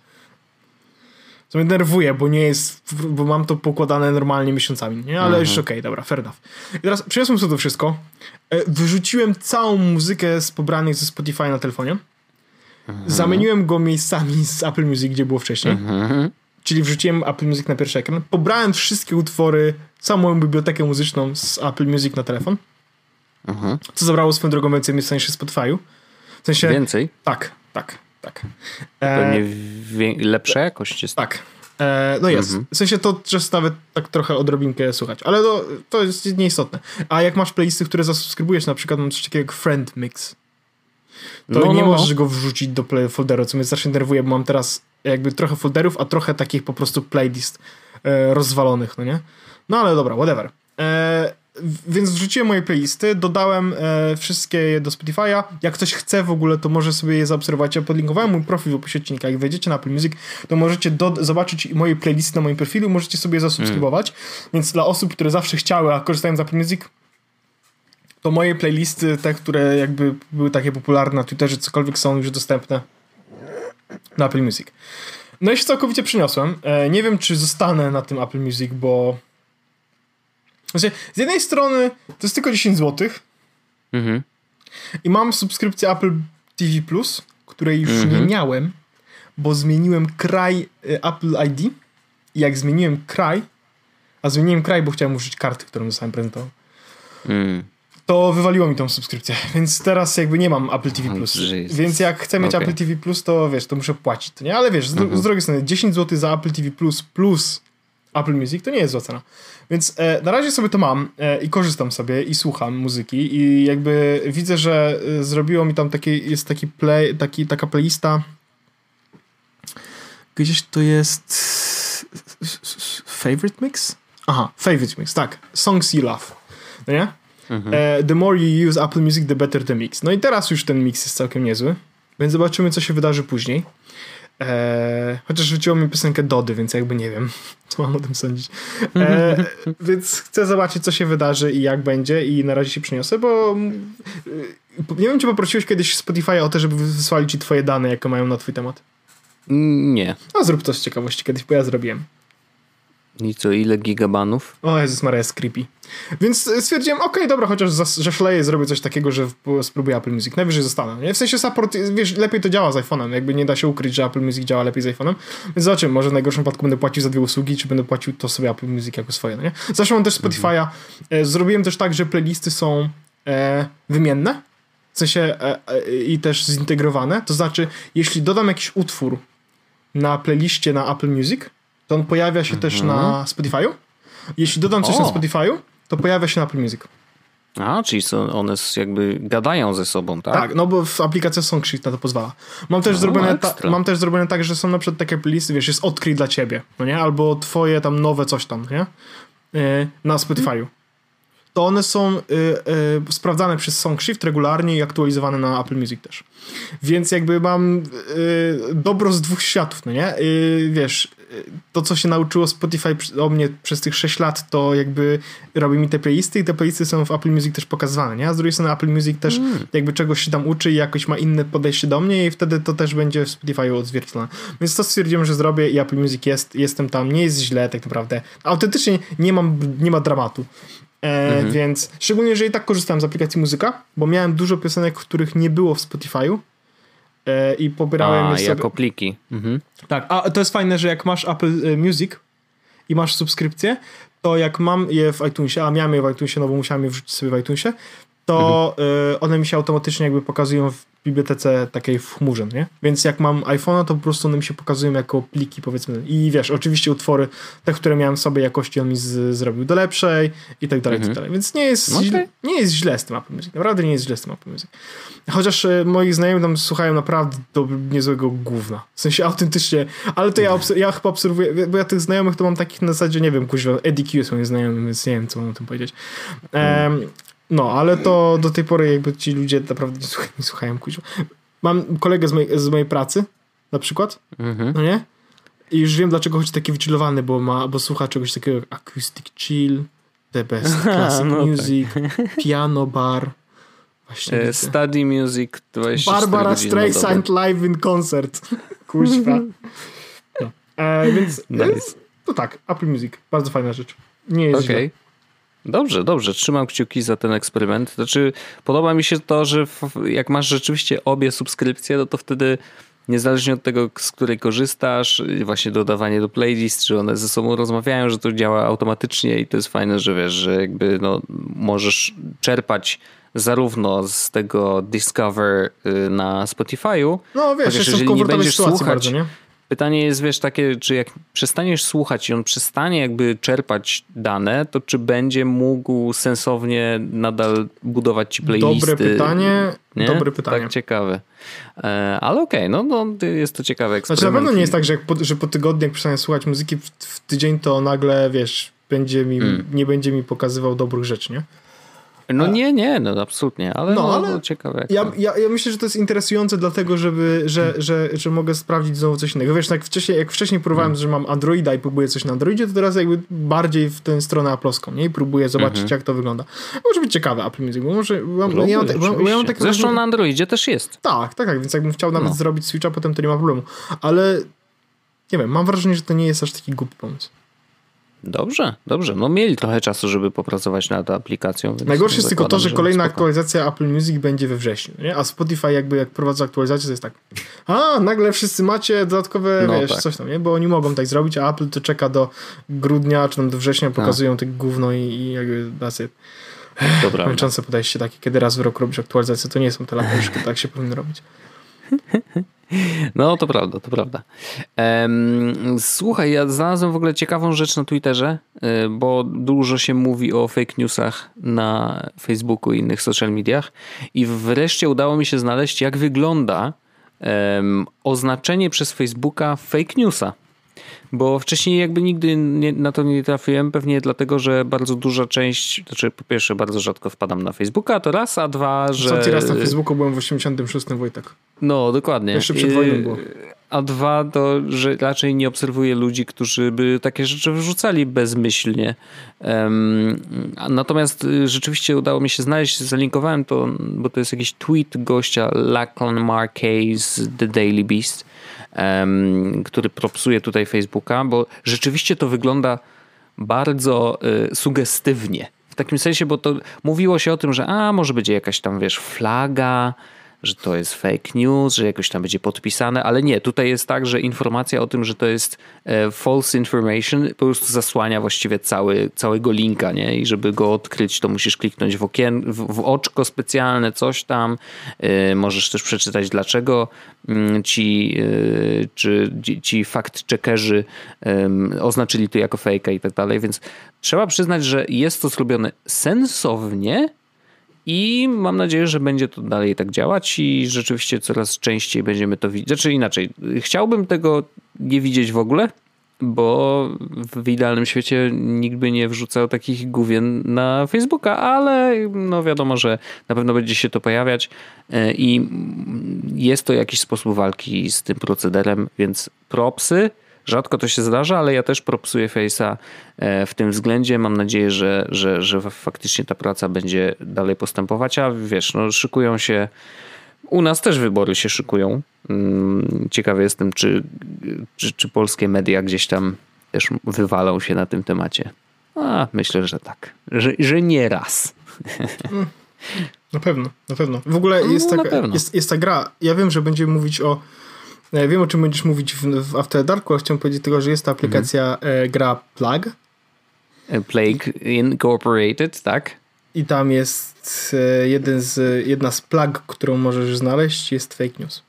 Co mnie denerwuje, bo nie jest, bo mam to pokładane normalnie miesiącami, nie? Ale mhm. już okej, okay, dobra, fair enough. I teraz przyniosłem sobie to wszystko, wyrzuciłem całą muzykę z pobranych ze Spotify na telefonie, mhm. zamieniłem go miejscami z Apple Music, gdzie było wcześniej, mhm. czyli wrzuciłem Apple Music na pierwszy ekran, pobrałem wszystkie utwory, całą moją bibliotekę muzyczną z Apple Music na telefon, mhm. co zabrało swoją drogą więcej miejsca niż w Spotify'u. W sensie, więcej? Tak, tak. Tak. Pewnie wie- lepsza jakość jest. Tak. E, no jest. Mhm. W sensie to just nawet tak trochę odrobinkę słuchać, ale to, to jest nieistotne. A jak masz playlisty, które zasubskrybujesz, na przykład mam coś takiego jak Friend Mix, to no, nie no, możesz no. go wrzucić do play- folderu, co mnie strasznie denerwuje, bo mam teraz jakby trochę folderów, a trochę takich po prostu playlist e, rozwalonych, no nie? No ale dobra, whatever. E, Więc wrzuciłem moje playlisty, dodałem e, wszystkie je do Spotify'a. Jak ktoś chce w ogóle, to może sobie je zaobserwować. Ja podlinkowałem mój profil w opisie odcinka. Jak wejdziecie na Apple Music, to możecie do, zobaczyć moje playlisty na moim profilu, możecie sobie je zasubskrybować. Mm. Więc dla osób, które zawsze chciały, a korzystają z Apple Music, to moje playlisty, te, które jakby były takie popularne na Twitterze, cokolwiek, są już dostępne na Apple Music. No i się całkowicie przyniosłem. E, nie wiem, czy zostanę na tym Apple Music, bo Znaczy, z jednej strony to jest tylko dziesięć złotych mhm. i mam subskrypcję Apple T V Plus, której już mhm. nie miałem, bo zmieniłem kraj y, Apple I D i jak zmieniłem kraj, a zmieniłem kraj, bo chciałem użyć karty, którą zostałem prezentował, mm. to wywaliło mi tą subskrypcję, więc teraz jakby nie mam Apple T V Plus, oh, więc jak chcę mieć okay. Apple T V Plus, to wiesz, to muszę płacić, to nie? Ale wiesz, z, mhm. z drugiej strony dziesięć złotych za Apple T V Plus plus Apple Music to nie jest zła cena. Więc e, na razie sobie to mam e, i korzystam sobie i słucham muzyki i jakby widzę, że e, zrobiło mi tam taki, jest taki play, taki, taka playlista, gdzieś to jest Favorite Mix? Aha, Favorite Mix, tak. Songs You Love. No nie? Mhm. E, the more you use Apple Music, the better the mix. No i teraz już ten mix jest całkiem niezły, więc zobaczymy, co się wydarzy później. Eee, chociaż rzuciło mi piosenkę Dody, więc jakby nie wiem, co mam o tym sądzić. Eee, więc chcę zobaczyć, co się wydarzy i jak będzie i na razie się przyniosę, bo nie wiem, czy poprosiłeś kiedyś Spotify o to, żeby wysłali ci twoje dane, jakie mają na twój temat? Nie. No zrób to z ciekawości kiedyś, bo ja zrobiłem. I co, ile gigabanów? O Jezus Maria, jest creepy. Więc stwierdziłem, okej, okay, dobra, chociaż zaszleję, zrobię coś takiego, że spróbuję Apple Music. Najwyżej zostanę. Nie? W sensie support, wiesz, lepiej to działa z iPhone'em. Jakby nie da się ukryć, że Apple Music działa lepiej z iPhone'em. Więc zobaczymy, może w najgorszym wypadku będę płacił za dwie usługi, czy będę płacił to sobie Apple Music jako swoje. No nie? Zresztą mam też Spotify'a. Mhm. Zrobiłem też tak, że playlisty są e, wymienne. W sensie e, e, i też zintegrowane. To znaczy, jeśli dodam jakiś utwór na playliście na Apple Music, to on pojawia się mhm. też na Spotify'u. Jeśli dodam coś o. na Spotify'u, to pojawia się na Apple Music. A, czyli są one jakby gadają ze sobą, tak? Tak, no bo w aplikacja Songshift na to pozwala. Mam też, no, zrobione ta, mam też zrobione tak, że są na przykład takie playlisty, wiesz, jest odkryj dla ciebie, no nie? Albo twoje tam nowe coś tam, nie? Yy, na Spotify'u. To one są y, y, sprawdzane przez Songshift regularnie i aktualizowane na Apple Music też. Więc jakby mam y, dobro z dwóch światów, no nie? Y, wiesz, y, to co się nauczyło Spotify o mnie przez tych sześć lat, to jakby robi mi te playlisty i te playlisty są w Apple Music też pokazywane, nie? A z drugiej strony Apple Music też mm. jakby czegoś się tam uczy i jakoś ma inne podejście do mnie i wtedy to też będzie w Spotify'u odzwierciedlone. Więc to stwierdziłem, że zrobię i Apple Music jest, jestem tam, nie jest źle tak naprawdę. Autentycznie nie mam, nie ma dramatu. E, mhm. Więc szczególnie, że i tak korzystałem z aplikacji Muzyka, bo miałem dużo piosenek, których nie było w Spotify'u e, i pobierałem a, je sobie. jako pliki. Mhm. Tak, a to jest fajne, że jak masz Apple Music i masz subskrypcję, to jak mam je w iTunesie, a miałem je w iTunesie, no bo musiałem je wrzucić sobie w iTunesie, to mhm. y, one mi się automatycznie jakby pokazują w bibliotece takiej w chmurze, nie? Więc jak mam iPhone'a, to po prostu one mi się pokazują jako pliki, powiedzmy. I wiesz, oczywiście utwory, te, które miałem sobie jakości, on mi z, zrobił do lepszej i tak dalej, mhm. i tak dalej. Więc nie jest, okay. źle, nie jest źle z tym Apple Music. Naprawdę nie jest źle z tym Apple Music. Chociaż y, moi znajomi tam słuchają naprawdę do niezłego gówna. W sensie autentycznie, ale to ja, obser- ja chyba obserwuję, bo ja tych znajomych to mam takich na zasadzie, nie wiem, kuźwa, Eddie Q są nieznajomy, więc nie wiem, co mam o tym powiedzieć. Um, No, ale to do tej pory jakby ci ludzie naprawdę nie słuchają, nie słuchają kuźwa. Mam kolegę z mojej, z mojej pracy, na przykład, mhm. no nie? I już wiem, dlaczego chodzi taki wychillowany, bo ma, bo słucha czegoś takiego jak Acoustic Chill, The Best Classic no Music, tak. Piano Bar, właśnie e, Study Music, Barbara Streisand Live in Concert. Kuźwa. No. E, więc nice. To tak, Apple Music, bardzo fajna rzecz. Nie jest okay. źle. Dobrze, dobrze. Trzymam kciuki za ten eksperyment. Znaczy, podoba mi się to, że jak masz rzeczywiście obie subskrypcje, no to wtedy niezależnie od tego, z której korzystasz, właśnie dodawanie do playlist, czy one ze sobą rozmawiają, że to działa automatycznie i to jest fajne, że wiesz, że jakby no, możesz czerpać zarówno z tego Discover na Spotify'u, no wiesz, chociaż jeżeli nie będziesz słuchać, bardzo, nie? Pytanie jest, wiesz, takie, czy jak przestaniesz słuchać i on przestanie jakby czerpać dane, to czy będzie mógł sensownie nadal budować ci playlisty? Dobre pytanie, nie? Dobre pytanie. Tak, ciekawe. E, ale okej, okay, no, no jest to ciekawy eksperyment. Znaczy na pewno nie jest tak, że, jak po, że po tygodniu jak przestanę słuchać muzyki w, w tydzień, to nagle, wiesz, będzie mi, hmm. nie będzie mi pokazywał dobrych rzeczy, nie? No A, nie, nie, no absolutnie, ale, no, no, ale no, ciekawe. Jak ja, to... ja, ja myślę, że to jest interesujące dlatego, żeby, że, hmm. że, że mogę sprawdzić znowu coś innego. Wiesz, tak wcześniej, jak wcześniej próbowałem, hmm. że mam Androida i próbuję coś na Androidzie, to teraz jakby bardziej w tę stronę aplowską, nie? I próbuję zobaczyć, hmm. jak to wygląda. Może być ciekawe Apple Music, bo może... Lubię, ja mam, ja mam takie Zresztą na Androidzie też jest. Tak, tak, tak, więc jakbym chciał nawet no. zrobić switcha, potem to nie ma problemu. Ale nie wiem, mam wrażenie, że to nie jest aż taki głupi pomysł. Dobrze, dobrze. No mieli trochę czasu, żeby popracować nad aplikacją. Najgorsze jest tylko to, że kolejna aktualizacja Apple Music będzie we wrześniu, nie? A Spotify jakby jak prowadzą aktualizację, to jest tak, a nagle wszyscy macie dodatkowe, no wiesz, tak. coś tam, nie? Bo oni mogą tak zrobić, a Apple to czeka do grudnia, czy tam do września, pokazują no. te gówno i, i jakby that's it. Dobra. Męczące podejście takie, kiedy raz w rok robisz aktualizację, to nie są te lata, już tak się powinno robić. No to prawda, to prawda. Um, słuchaj, ja znalazłem w ogóle ciekawą rzecz na Twitterze, bo dużo się mówi o fake newsach na Facebooku i innych social mediach i wreszcie udało mi się znaleźć, jak wygląda um, oznaczenie przez Facebooka fake newsa. Bo wcześniej jakby nigdy nie, na to nie trafiłem, pewnie dlatego, że bardzo duża część, znaczy po pierwsze bardzo rzadko wpadam na Facebooka, to raz, a dwa, że... Ostatni raz na Facebooku byłem w osiemdziesiątym szóstym, Wojtek. No, dokładnie. Jeszcze przed wojną było. A dwa to, że raczej nie obserwuję ludzi, którzy by takie rzeczy wrzucali bezmyślnie. Um, natomiast rzeczywiście udało mi się znaleźć, zalinkowałem to, bo to jest jakiś tweet gościa Lachlan Marquez z The Daily Beast, um, który propsuje tutaj Facebooka, bo rzeczywiście to wygląda bardzo y, sugestywnie. W takim sensie, bo to mówiło się o tym, że a może będzie jakaś tam, wiesz, flaga, że to jest fake news, że jakoś tam będzie podpisane, ale nie, tutaj jest tak, że informacja o tym, że to jest e, false information po prostu zasłania właściwie cały, całego linka, nie? I żeby go odkryć, to musisz kliknąć w, okien, w, w oczko specjalne, coś tam. E, możesz też przeczytać, dlaczego m, ci, e, czy, ci fact-checkerzy e, oznaczyli to jako fejka i tak dalej, więc trzeba przyznać, że jest to zrobione sensownie. I mam nadzieję, że będzie to dalej tak działać i rzeczywiście coraz częściej będziemy to widzieć. Znaczy inaczej, chciałbym tego nie widzieć w ogóle, bo w idealnym świecie nikt by nie wrzucał takich gówien na Facebooka, ale no wiadomo, że na pewno będzie się to pojawiać i jest to jakiś sposób walki z tym procederem, więc propsy. Rzadko to się zdarza, ale ja też propsuję Face'a w tym względzie. Mam nadzieję, że, że, że faktycznie ta praca będzie dalej postępować, a wiesz, no szykują się, u nas też wybory się szykują. Ciekawy jestem, czy, czy, czy polskie media gdzieś tam też wywalą się na tym temacie. A, myślę, że tak, że, że nie raz. Na pewno, na pewno. W ogóle jest, no, taka, jest, jest ta gra, ja wiem, że będziemy mówić o Ja wiem, o czym będziesz mówić w, w After Darku, ale chciałem powiedzieć tego, że jest ta aplikacja mhm. e, gra Plague. Plague Incorporated, tak? I tam jest e, jeden z, jedna z plag, którą możesz znaleźć, jest fake news.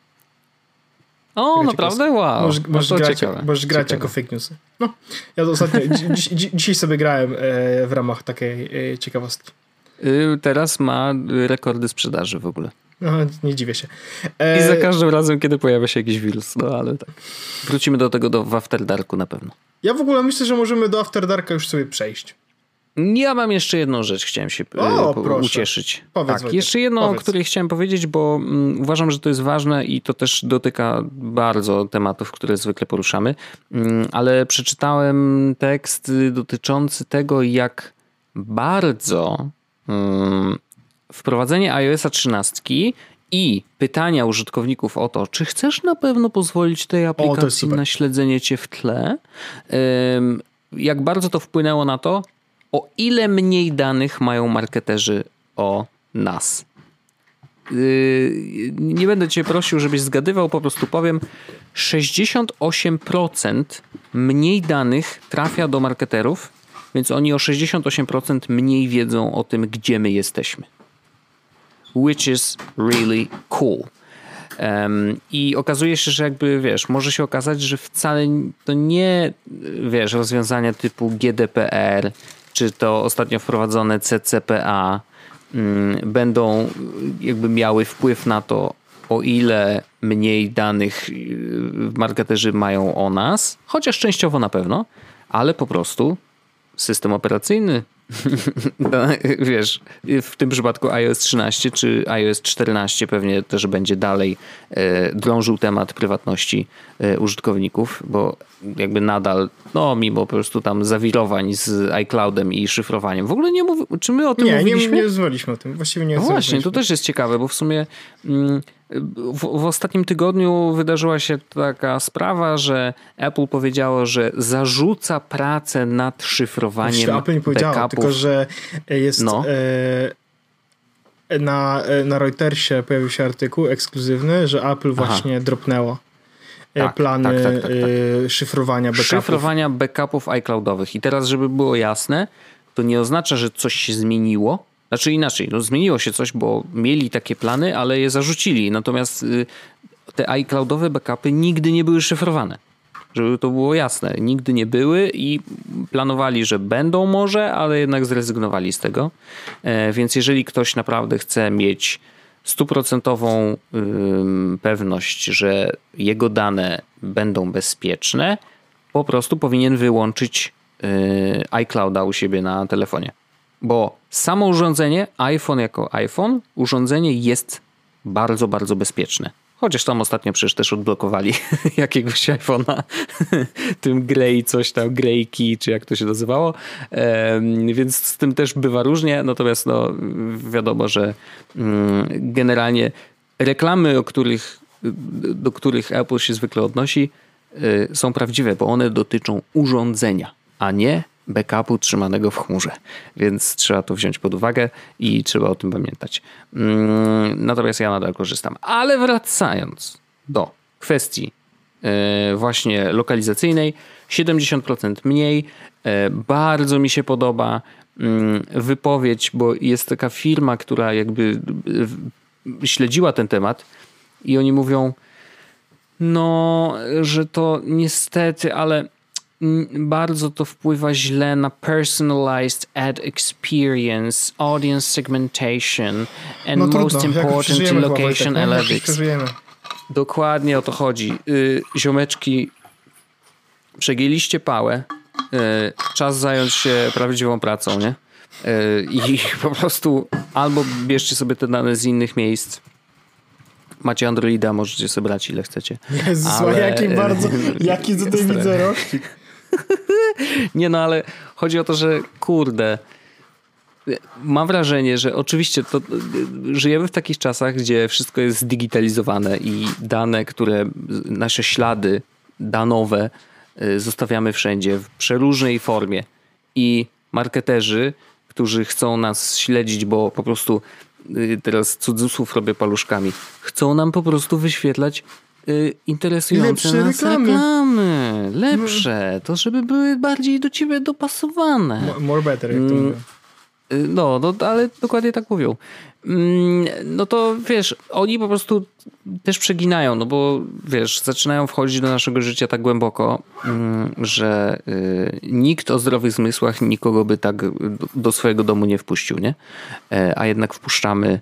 O, Taka naprawdę? Ciekawe. Wow. Możesz, możesz no grać, ciekawe. możesz grać ciekawe. jako fake newsy. No, ja to ostatnio, dzi, dzi, dzisiaj sobie grałem e, w ramach takiej e, ciekawostki. Y, teraz ma rekordy sprzedaży w ogóle. No, nie dziwię się. E... I za każdym razem, kiedy pojawia się jakiś wirus. No ale tak. Wrócimy do tego do, w After Darku na pewno. Ja w ogóle myślę, że możemy do After Darka już sobie przejść. Ja mam jeszcze jedną rzecz, chciałem się o, po, ucieszyć. Powiedz, tak, Wojtek, jeszcze jedną, powiedz. o której chciałem powiedzieć, bo um, uważam, że to jest ważne i to też dotyka bardzo tematów, które zwykle poruszamy. Um, ale przeczytałem tekst dotyczący tego, jak bardzo um, wprowadzenie iOS trzynaście i pytania użytkowników o to, czy chcesz na pewno pozwolić tej aplikacji o, na śledzenie cię w tle, um, jak bardzo to wpłynęło na to, o ile mniej danych mają marketerzy o nas. Yy, nie będę cię prosił, żebyś zgadywał, po prostu powiem, sześćdziesiąt osiem procent mniej danych trafia do marketerów, więc oni o sześćdziesiąt osiem procent mniej wiedzą o tym, gdzie my jesteśmy. Which is really cool. Um, I okazuje się, że jakby, wiesz, może się okazać, że wcale to nie, wiesz, rozwiązania typu G D P R, czy to ostatnio wprowadzone C C P A um, będą jakby miały wpływ na to, o ile mniej danych marketerzy mają o nas, chociaż częściowo na pewno, ale po prostu system operacyjny, wiesz, w tym przypadku iOS trzynaście czy iOS czternaście pewnie też będzie dalej e, drążył temat prywatności e, użytkowników, bo jakby nadal, no mimo po prostu tam zawirowań z iCloudem i szyfrowaniem. W ogóle nie mów, czy my o tym nie, mówiliśmy? Nie, nie rozmawialiśmy o tym. Właściwie nie no właśnie, to też jest ciekawe, bo w sumie mm, w, w ostatnim tygodniu wydarzyła się taka sprawa, że Apple powiedziało, że zarzuca pracę nad szyfrowaniem Apple nie powiedziało, backupów. tylko że jest no. e, na, na Reutersie pojawił się artykuł ekskluzywny, że Apple właśnie Aha. dropnęło tak, plany tak, tak, tak, tak. E, szyfrowania backupów. Szyfrowania backupów iCloudowych. I teraz, żeby było jasne, to nie oznacza, że coś się zmieniło. Znaczy inaczej, no zmieniło się coś, bo mieli takie plany, ale je zarzucili. Natomiast y, te iCloudowe backupy nigdy nie były szyfrowane. Żeby to było jasne. Nigdy nie były i planowali, że będą może, ale jednak zrezygnowali z tego. E, więc jeżeli ktoś naprawdę chce mieć stuprocentową y, pewność, że jego dane będą bezpieczne, po prostu powinien wyłączyć y, iClouda u siebie na telefonie. Bo samo urządzenie, iPhone jako iPhone, urządzenie jest bardzo, bardzo bezpieczne. Chociaż tam ostatnio przecież też odblokowali jakiegoś iPhone'a, tym Grey coś tam, Grey Key, czy jak to się nazywało. Um, więc z tym też bywa różnie. Natomiast no, wiadomo, że um, generalnie reklamy, o których, do których Apple się zwykle odnosi, y, są prawdziwe, bo one dotyczą urządzenia, a nie backupu trzymanego w chmurze. Więc trzeba to wziąć pod uwagę i trzeba o tym pamiętać. Natomiast ja nadal korzystam. Ale wracając do kwestii właśnie lokalizacyjnej, siedemdziesiąt procent mniej. Bardzo mi się podoba wypowiedź, bo jest taka firma, która jakby śledziła ten temat i oni mówią, no, że to niestety, ale bardzo to wpływa źle na personalized ad experience, audience segmentation and no trudno, most important location chyba, analytics. Dokładnie o to chodzi. Ziomeczki, przegięliście pałę. Czas zająć się prawdziwą pracą, nie? I po prostu albo bierzcie sobie te dane z innych miejsc. Macie Androida, możecie sobie brać ile chcecie. Jezus, ale... jaki bardzo, jaki tutaj widzę rościk. Nie no, ale chodzi o to, że kurde, mam wrażenie, że oczywiście to, żyjemy w takich czasach, gdzie wszystko jest zdigitalizowane i dane, które, nasze ślady danowe zostawiamy wszędzie w przeróżnej formie i marketerzy, którzy chcą nas śledzić, bo po prostu teraz cudzysłów robię paluszkami, chcą nam po prostu wyświetlać y, interesujące lepsze nas reklamy. reklamy. Lepsze. To żeby były bardziej do ciebie dopasowane. More better, jak to mówią. No, no, ale dokładnie tak mówią. No to wiesz, oni po prostu też przeginają, no bo wiesz, zaczynają wchodzić do naszego życia tak głęboko, że nikt o zdrowych zmysłach nikogo by tak do swojego domu nie wpuścił, nie? A jednak wpuszczamy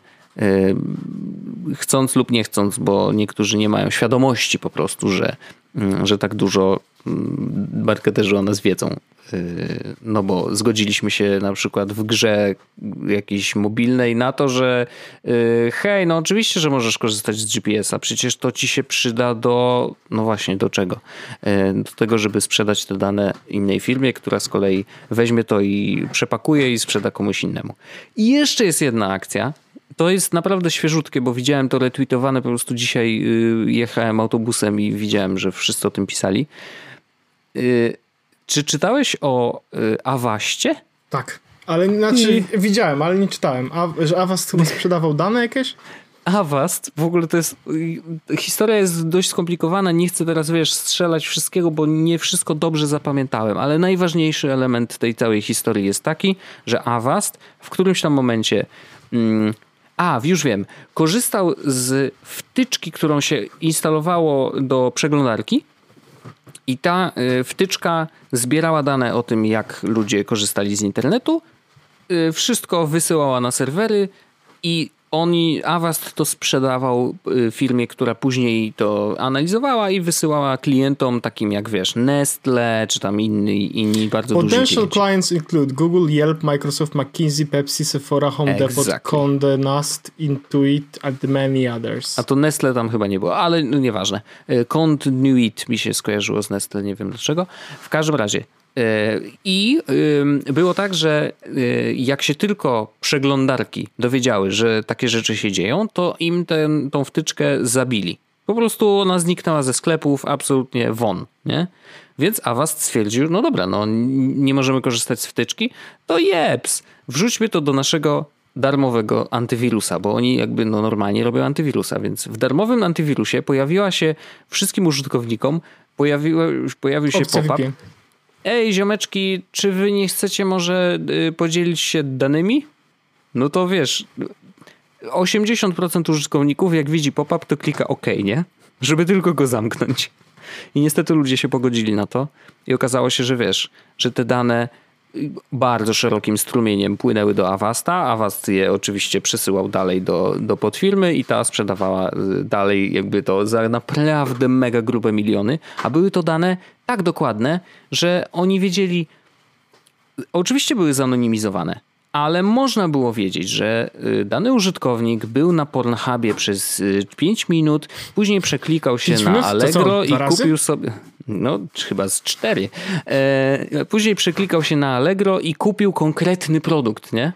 chcąc lub nie chcąc, bo niektórzy nie mają świadomości po prostu, że, że tak dużo marketerzy o nas wiedzą. No bo zgodziliśmy się na przykład w grze jakiejś mobilnej na to, że hej, no oczywiście, że możesz korzystać z G P S a, przecież to ci się przyda do, no właśnie, do czego? Do tego, żeby sprzedać te dane innej firmie, która z kolei weźmie to i przepakuje i sprzeda komuś innemu. I jeszcze jest jedna akcja. To jest naprawdę świeżutkie, bo widziałem to retweetowane, po prostu dzisiaj jechałem autobusem i widziałem, że wszyscy o tym pisali. Czy czytałeś o Avaście? Tak, ale znaczy I... widziałem, ale nie czytałem. A, że Avast chyba sprzedawał dane jakieś? Avast, w ogóle to jest, historia jest dość skomplikowana, nie chcę teraz, wiesz, strzelać wszystkiego, bo nie wszystko dobrze zapamiętałem, ale najważniejszy element tej całej historii jest taki, że Avast w którymś tam momencie... Mm, A, już wiem. Korzystał z wtyczki, którą się instalowało do przeglądarki i ta wtyczka zbierała dane o tym, jak ludzie korzystali z internetu. Wszystko wysyłała na serwery i oni, Avast to sprzedawał firmie, która później to analizowała i wysyłała klientom takim jak, wiesz, Nestle czy tam inni, inni bardzo duży klienci. Potential clients include Google, Yelp, Microsoft, McKinsey, Pepsi, Sephora, Home exactly. Depot, Condé Nast, Intuit and many others. A to Nestle tam chyba nie było, ale no, nieważne. Conduit mi się skojarzyło z Nestle, nie wiem dlaczego. W każdym razie i było tak, że jak się tylko przeglądarki dowiedziały, że takie rzeczy się dzieją, to im ten, tą wtyczkę zabili. Po prostu ona zniknęła ze sklepów absolutnie won, nie? Więc Avast stwierdził, no dobra, no nie możemy korzystać z wtyczki, to jeps, wrzućmy to do naszego darmowego antywirusa, bo oni jakby no normalnie robią antywirusa, więc w darmowym antywirusie pojawiła się wszystkim użytkownikom, pojawiła, pojawił się pop-up. Ej, ziomeczki, czy wy nie chcecie może y, podzielić się danymi? No to wiesz, osiemdziesiąt procent użytkowników jak widzi pop-up, to klika OK, nie? Żeby tylko go zamknąć. I niestety ludzie się pogodzili na to i okazało się, że wiesz, że te dane bardzo szerokim strumieniem płynęły do Avasta. Avast je oczywiście przesyłał dalej do, do podfirmy i ta sprzedawała dalej jakby to za naprawdę mega grube miliony. A były to dane tak dokładne, że oni wiedzieli, oczywiście były zanonimizowane, ale można było wiedzieć, że dany użytkownik był na Pornhubie przez pięć minut, później przeklikał się na Allegro i kupił sobie... No, chyba z cztery. E, później przeklikał się na Allegro i kupił konkretny produkt, nie?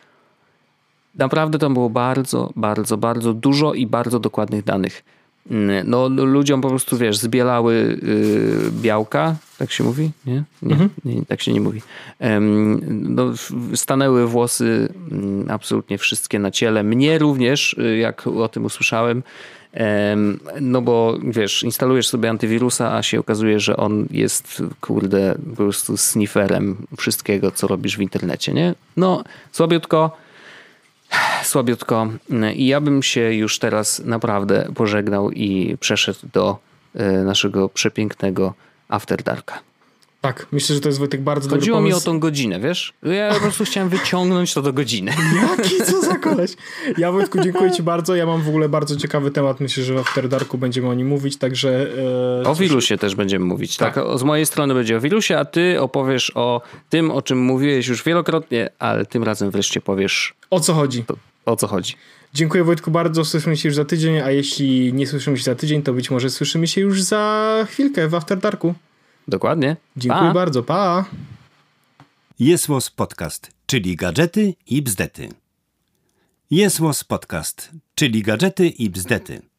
Naprawdę tam było bardzo, bardzo, bardzo dużo i bardzo dokładnych danych. No, ludziom po prostu, wiesz, zbielały yy, białka Tak się mówi? Nie? Nie, mhm. nie tak się nie mówi. No, stanęły włosy absolutnie wszystkie na ciele. Mnie również, jak o tym usłyszałem. No bo wiesz, instalujesz sobie antywirusa, a się okazuje, że on jest, kurde, po prostu snifferem wszystkiego, co robisz w internecie, nie? No, słabiutko, słabiutko. I ja bym się już teraz naprawdę pożegnał i przeszedł do naszego przepięknego After Darka. Tak, myślę, że to jest, Wojtek, bardzo dobry Chodziło pomysł. mi o tą godzinę, wiesz? Ja po prostu chciałem wyciągnąć to do godziny. Jaki, co za koleś. Ja, Wojtku, dziękuję ci bardzo. Ja mam w ogóle bardzo ciekawy temat. Myślę, że w After Darku będziemy o nim mówić, także... E, o wirusie też będziemy mówić. Tak. tak, z mojej strony będzie o wirusie, a ty opowiesz o tym, o czym mówiłeś już wielokrotnie, ale tym razem wreszcie powiesz... O co chodzi. To, o co chodzi. Dziękuję, Wojtku, bardzo. Słyszymy się już za tydzień, a jeśli nie słyszymy się za tydzień, to być może słyszymy się już za chwilkę w After Darku. Dokładnie. Dziękuję pa. bardzo. Pa! Jest Łos Podcast, czyli gadżety i bzdety. Jest Łos Podcast, czyli gadżety i bzdety.